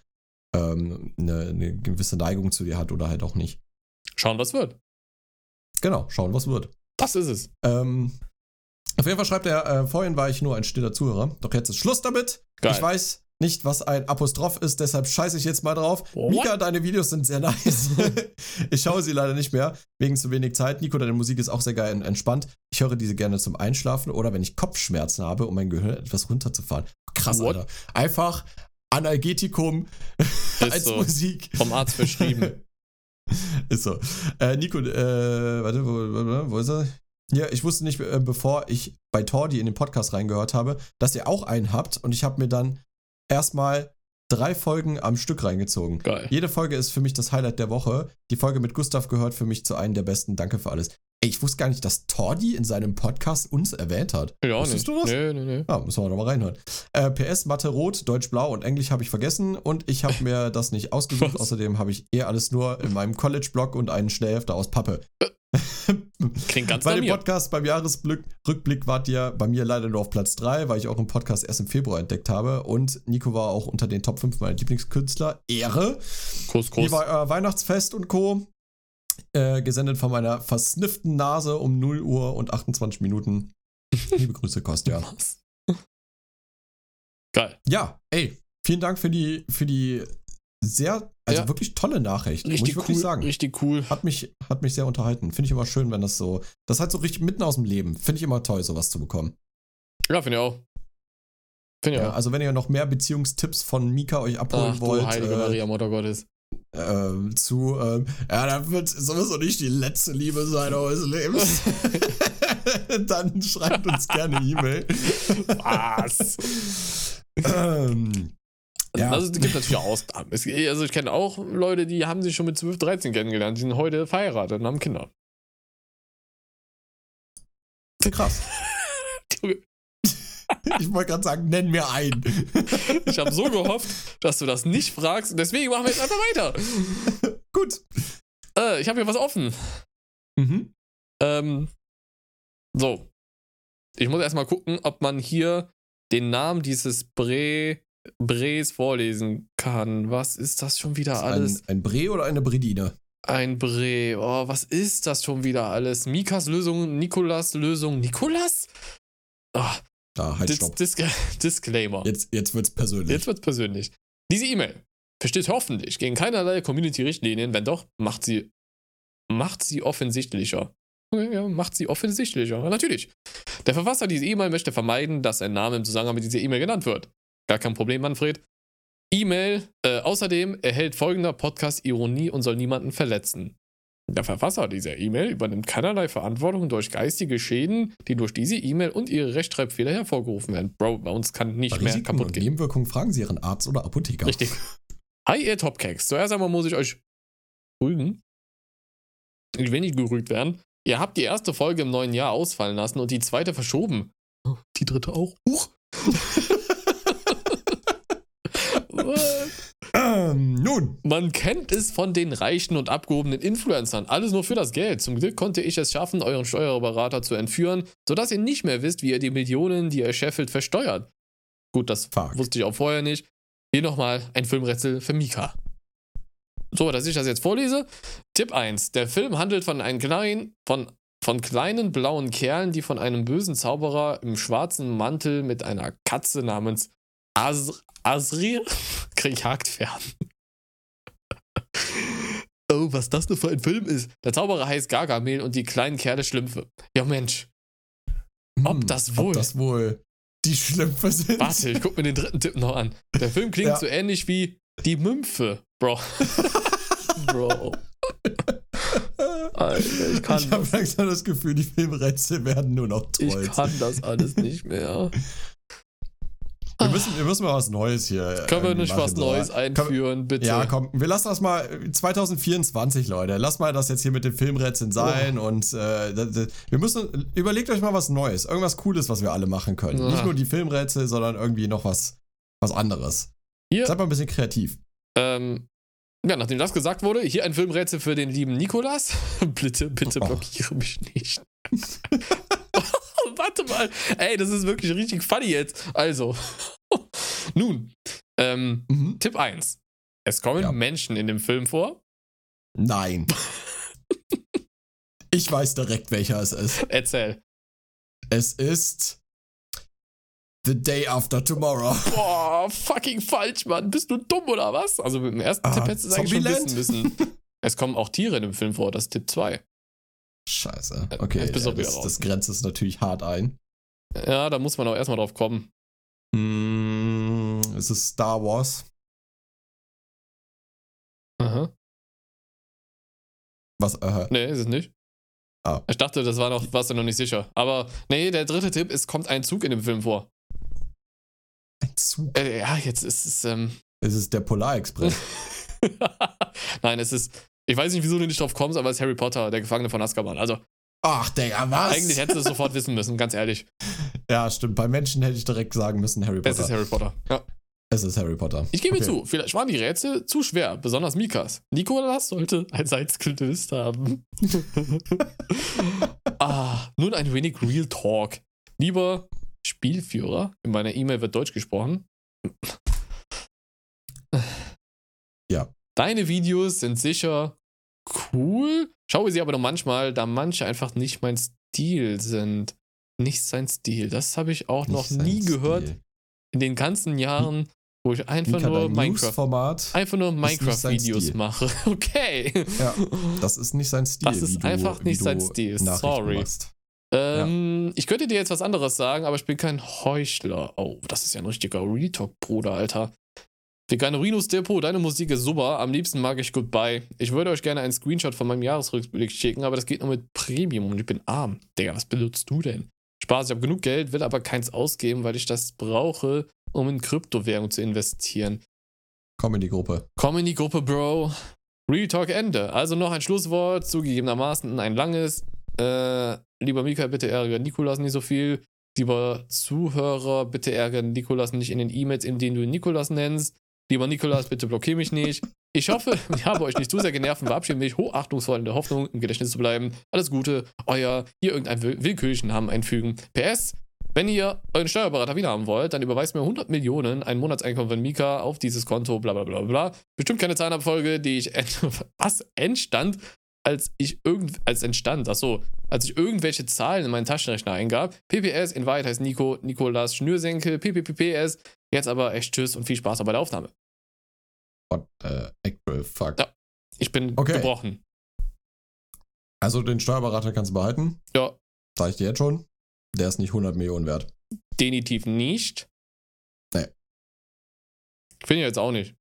gewisse Neigung zu dir hat oder halt auch nicht. Schauen, was wird. Genau, schauen, was wird. Das ist es. Auf jeden Fall schreibt er, vorhin war ich nur ein stiller Zuhörer, doch jetzt ist Schluss damit. Geil. Ich weiß nicht, was ein Apostroph ist, deshalb scheiße ich jetzt mal drauf. What? Mika, deine Videos sind sehr nice. Ich schaue sie leider nicht mehr, wegen zu wenig Zeit. Nico, deine Musik ist auch sehr geil und entspannt. Ich höre diese gerne zum Einschlafen oder wenn ich Kopfschmerzen habe, um mein Gehirn etwas runterzufahren. Krass, What? Alter. Einfach Analgetikum als so. Musik. Vom Arzt verschrieben. Ist so. Nico, warte, wo ist er? Ja, ich wusste nicht, bevor ich bei Tordi in den Podcast reingehört habe, dass ihr auch einen habt und ich habe mir dann erstmal 3 Folgen am Stück reingezogen. Geil. Jede Folge ist für mich das Highlight der Woche. Die Folge mit Gustav gehört für mich zu einem der besten. Danke für alles. Ey, ich wusste gar nicht, dass Tordi in seinem Podcast uns erwähnt hat. Ja, Wusstest nicht. du das? Nee. Ja, müssen wir doch mal reinhören. PS, Mathe rot, Deutsch blau und Englisch habe ich vergessen und ich habe mir das nicht ausgesucht. Was? Außerdem habe ich alles nur in meinem College-Blog und einen Schnellhefter aus Pappe. Klingt ganz Bei nach dem mir. Podcast beim Jahresrückblick wart ihr bei mir leider nur auf Platz 3, weil ich auch einen Podcast erst im Februar entdeckt habe und Nico war auch unter den Top 5 meiner Lieblingskünstler. Ehre. Kuss. Hier war euer Weihnachtsfest und Co. Gesendet von meiner versnifften Nase um 0 Uhr und 28 Minuten. Liebe Grüße, Kostja. Was? Geil. Ja, ey, vielen Dank für die wirklich tolle Nachricht, muss ich Richtig wirklich cool, sagen. richtig cool. Hat mich sehr unterhalten. Finde ich immer schön, wenn das ist halt so richtig mitten aus dem Leben. Finde ich immer toll, sowas zu bekommen. Ja, finde ich auch. Finde ich Ja, auch. also wenn ihr noch mehr Beziehungstipps von Mika euch abholen Ach, wollt, du heilige Maria, Mutter Gottes. dann wird sowieso nicht die letzte Liebe sein eures Lebens. Dann schreibt uns gerne E-Mail. Was? Ja. Also, es gibt natürlich auch Ausnahmen. Also, ich kenne auch Leute, die haben sich schon mit 12, 13 kennengelernt. Die sind heute verheiratet und haben Kinder. Krass. Ich wollte gerade sagen, nenn mir einen. Ich habe so gehofft, dass du das nicht fragst. Deswegen machen wir jetzt einfach weiter. Gut. Ich habe hier was offen. Mhm. So. Ich muss erstmal gucken, ob man hier den Namen dieses Bres vorlesen kann. Was ist das schon wieder alles? Ein Bre oder eine Bredine? Ein Bre. Oh, was ist das schon wieder alles? Mikas Lösung, Nikolas Lösung. Nikolas? Oh, Halt, stopp. Disclaimer. Jetzt wird's persönlich. Jetzt wird's persönlich. Diese E-Mail versteht hoffentlich gegen keinerlei Community-Richtlinien. Wenn doch, macht sie offensichtlicher. Okay, ja, macht sie offensichtlicher. Ja, natürlich. Der Verfasser dieser E-Mail möchte vermeiden, dass ein Name im Zusammenhang mit dieser E-Mail genannt wird. Gar kein Problem, Manfred. Außerdem erhält folgender Podcast Ironie und soll niemanden verletzen. Der Verfasser dieser E-Mail übernimmt keinerlei Verantwortung durch geistige Schäden, die durch diese E-Mail und ihre Rechtschreibfehler hervorgerufen werden. Bro, bei uns kann nicht Bei mehr Risiken kaputt und gehen. Nebenwirkungen fragen Sie Ihren Arzt oder Apotheker. Richtig. Hi, ihr Topcakes. Zuerst einmal muss ich euch rügen. Ich will nicht gerügt werden. Ihr habt die erste Folge im neuen Jahr ausfallen lassen und die zweite verschoben. Die dritte auch. Huch. Nun. Man kennt es von den reichen und abgehobenen Influencern. Alles nur für das Geld. Zum Glück konnte ich es schaffen, euren Steuerberater zu entführen, sodass ihr nicht mehr wisst, wie ihr die Millionen, die ihr scheffelt, versteuert. Gut, das wusste ich auch vorher nicht. Hier nochmal ein Filmrätsel für Mika. So, dass ich das jetzt vorlese. Tipp 1. Der Film handelt von kleinen blauen Kerlen, die von einem bösen Zauberer im schwarzen Mantel mit einer Katze namens Asrir gejagt werden. Oh, was das nur für ein Film ist. Der Zauberer heißt Gargamel und die kleinen Kerle Schlümpfe. Ja, Mensch. Ob das wohl die Schlümpfe sind. Warte, ich guck mir den dritten Tipp noch an. Der Film klingt so ähnlich wie die Mümpfe, Bro. Bro. Alter, ich habe langsam das Gefühl, die Filmrätsel werden nur noch Trolls. Ich kann das alles nicht mehr. Wir müssen mal was Neues hier. Können wir nicht was Neues einführen, bitte? Ja, komm, wir lassen das mal 2024, Leute. Lass mal das jetzt hier mit den Filmrätseln sein und überlegt euch mal was Neues. Irgendwas Cooles, was wir alle machen können. Nicht nur die Filmrätsel, sondern irgendwie noch was anderes. Hier, seid mal ein bisschen kreativ. Nachdem das gesagt wurde, hier ein Filmrätsel für den lieben Nikolas. Bitte blockiere mich nicht. Warte mal. Ey, das ist wirklich richtig funny jetzt. Also, nun, Tipp 1. Es kommen Menschen in dem Film vor. Nein. Ich weiß direkt, welcher es ist. Erzähl. Es ist The Day After Tomorrow. Boah, fucking falsch, Mann. Bist du dumm oder was? Also mit dem ersten Tipp hättest du es eigentlich schon wissen müssen. Es kommen auch Tiere in dem Film vor, das ist Tipp 2. Scheiße. Okay, das grenzt es natürlich hart ein. Ja, da muss man auch erstmal drauf kommen. Es ist Star Wars. Aha. Was? Nee, ist es nicht. Ah. Ich dachte, das war noch, warst du noch nicht sicher. Aber nee, der dritte Tipp, es kommt ein Zug in dem Film vor. Ein Zug? Ja, jetzt ist es, Es ist der Polarexpress. Nein, es ist, ich weiß nicht, wieso du nicht drauf kommst, aber es ist Harry Potter, der Gefangene von Azkaban. Also, ach, Digga, was? Eigentlich hättest du es sofort wissen müssen, ganz ehrlich. Ja, stimmt. Bei Menschen hätte ich direkt sagen müssen, Harry Potter. Es ist Harry Potter, ja. Es ist Harry Potter. Ich gebe zu, vielleicht waren die Rätsel zu schwer, besonders Mikas. Nikolas sollte ein Salz gelöst haben. Nun ein wenig Real Talk. Lieber Spielführer, in meiner E-Mail wird Deutsch gesprochen. Ja. Deine Videos sind sicher cool, schaue sie aber nur manchmal, da manche einfach nicht mein Stil sind. Nicht sein Stil. Das habe ich auch noch nie gehört in den ganzen Jahren, Wo ich einfach Mika, nur dein News-Format Minecraft-Videos mache. Okay. Ja, das ist nicht sein Stil. Das ist einfach nicht sein Stil. Sorry. Ich könnte dir jetzt was anderes sagen, aber ich bin kein Heuchler. Oh, das ist ja ein richtiger Retalk-Bruder, Alter. Veganurinus Depot, deine Musik ist super. Am liebsten mag ich Goodbye. Ich würde euch gerne einen Screenshot von meinem Jahresrückblick schicken, aber das geht nur mit Premium und ich bin arm. Digga, was benutzt du denn? Spaß, ich habe genug Geld, will aber keins ausgeben, weil ich das brauche, um in Kryptowährung zu investieren. Komm in die Gruppe. Komm in die Gruppe, Bro. Real Talk Ende. Also noch ein Schlusswort, zugegebenermaßen ein langes. Lieber Mika, bitte ärgere Nikolas nicht so viel. Lieber Zuhörer, bitte ärgere Nikolas nicht in den E-Mails, in denen du ihn Nikolas nennst. Lieber Nikolas, bitte blockiere mich nicht. Ich hoffe, ich habe euch nicht zu sehr genervt und verabschiede mich hochachtungsvoll in der Hoffnung, im Gedächtnis zu bleiben. Alles Gute, euer, hier irgendeinen willkürlichen Namen einfügen. PS, wenn ihr euren Steuerberater wieder haben wollt, dann überweist mir 100 Millionen, ein Monatseinkommen von Mika auf dieses Konto, bla bla bla bla. Bestimmt keine Zahnabfolge, die ich entstand, als ich irgendwelche Zahlen in meinen Taschenrechner eingab. PPS, in Wahrheit heißt Nico, Nikolas Schnürsenkel, PPPS. Jetzt aber echt tschüss und viel Spaß bei der Aufnahme. What the actual fuck? Ja, ich bin gebrochen. Also den Steuerberater kannst du behalten. Ja. Sag ich dir jetzt schon. Der ist nicht 100 Millionen wert. Definitiv nicht. Nee. Finde ich jetzt auch nicht.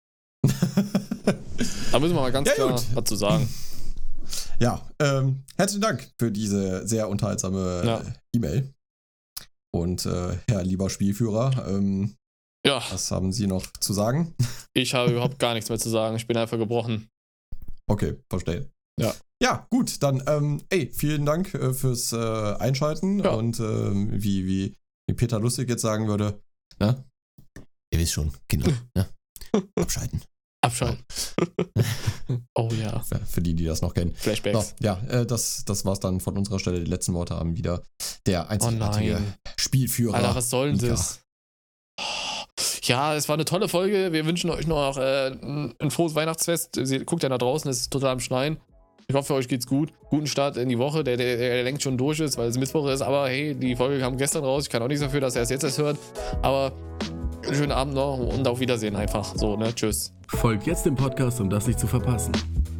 Da müssen wir mal ganz klar was zu sagen. Ja, herzlichen Dank für diese sehr unterhaltsame E-Mail. Und Herr lieber Spielführer, was haben Sie noch zu sagen? Ich habe überhaupt gar nichts mehr zu sagen. Ich bin einfach gebrochen. Okay, verstehe. Ja. Ja, gut, dann, vielen Dank fürs Einschalten. Ja. Und wie Peter Lustig jetzt sagen würde, ne? Ihr wisst schon, Kinder, ne? Abschalten. Abschalten. Oh ja. Für die das noch kennen. Flashbacks. So, ja, das war's dann von unserer Stelle. Die letzten Worte haben wieder der einzigartige Spielführer. Alter, was soll denn Mika. das? Ja, es war eine tolle Folge. Wir wünschen euch noch ein frohes Weihnachtsfest. Guckt ja nach draußen, es ist total am Schneien. Ich hoffe, für euch geht's gut. Guten Start in die Woche, der längst schon durch ist, weil es Mittwoch ist. Aber hey, die Folge kam gestern raus. Ich kann auch nichts dafür, dass er es jetzt erst hört. Aber einen schönen Abend noch und auf Wiedersehen einfach. So, ne? Tschüss. Folgt jetzt dem Podcast, um das nicht zu verpassen.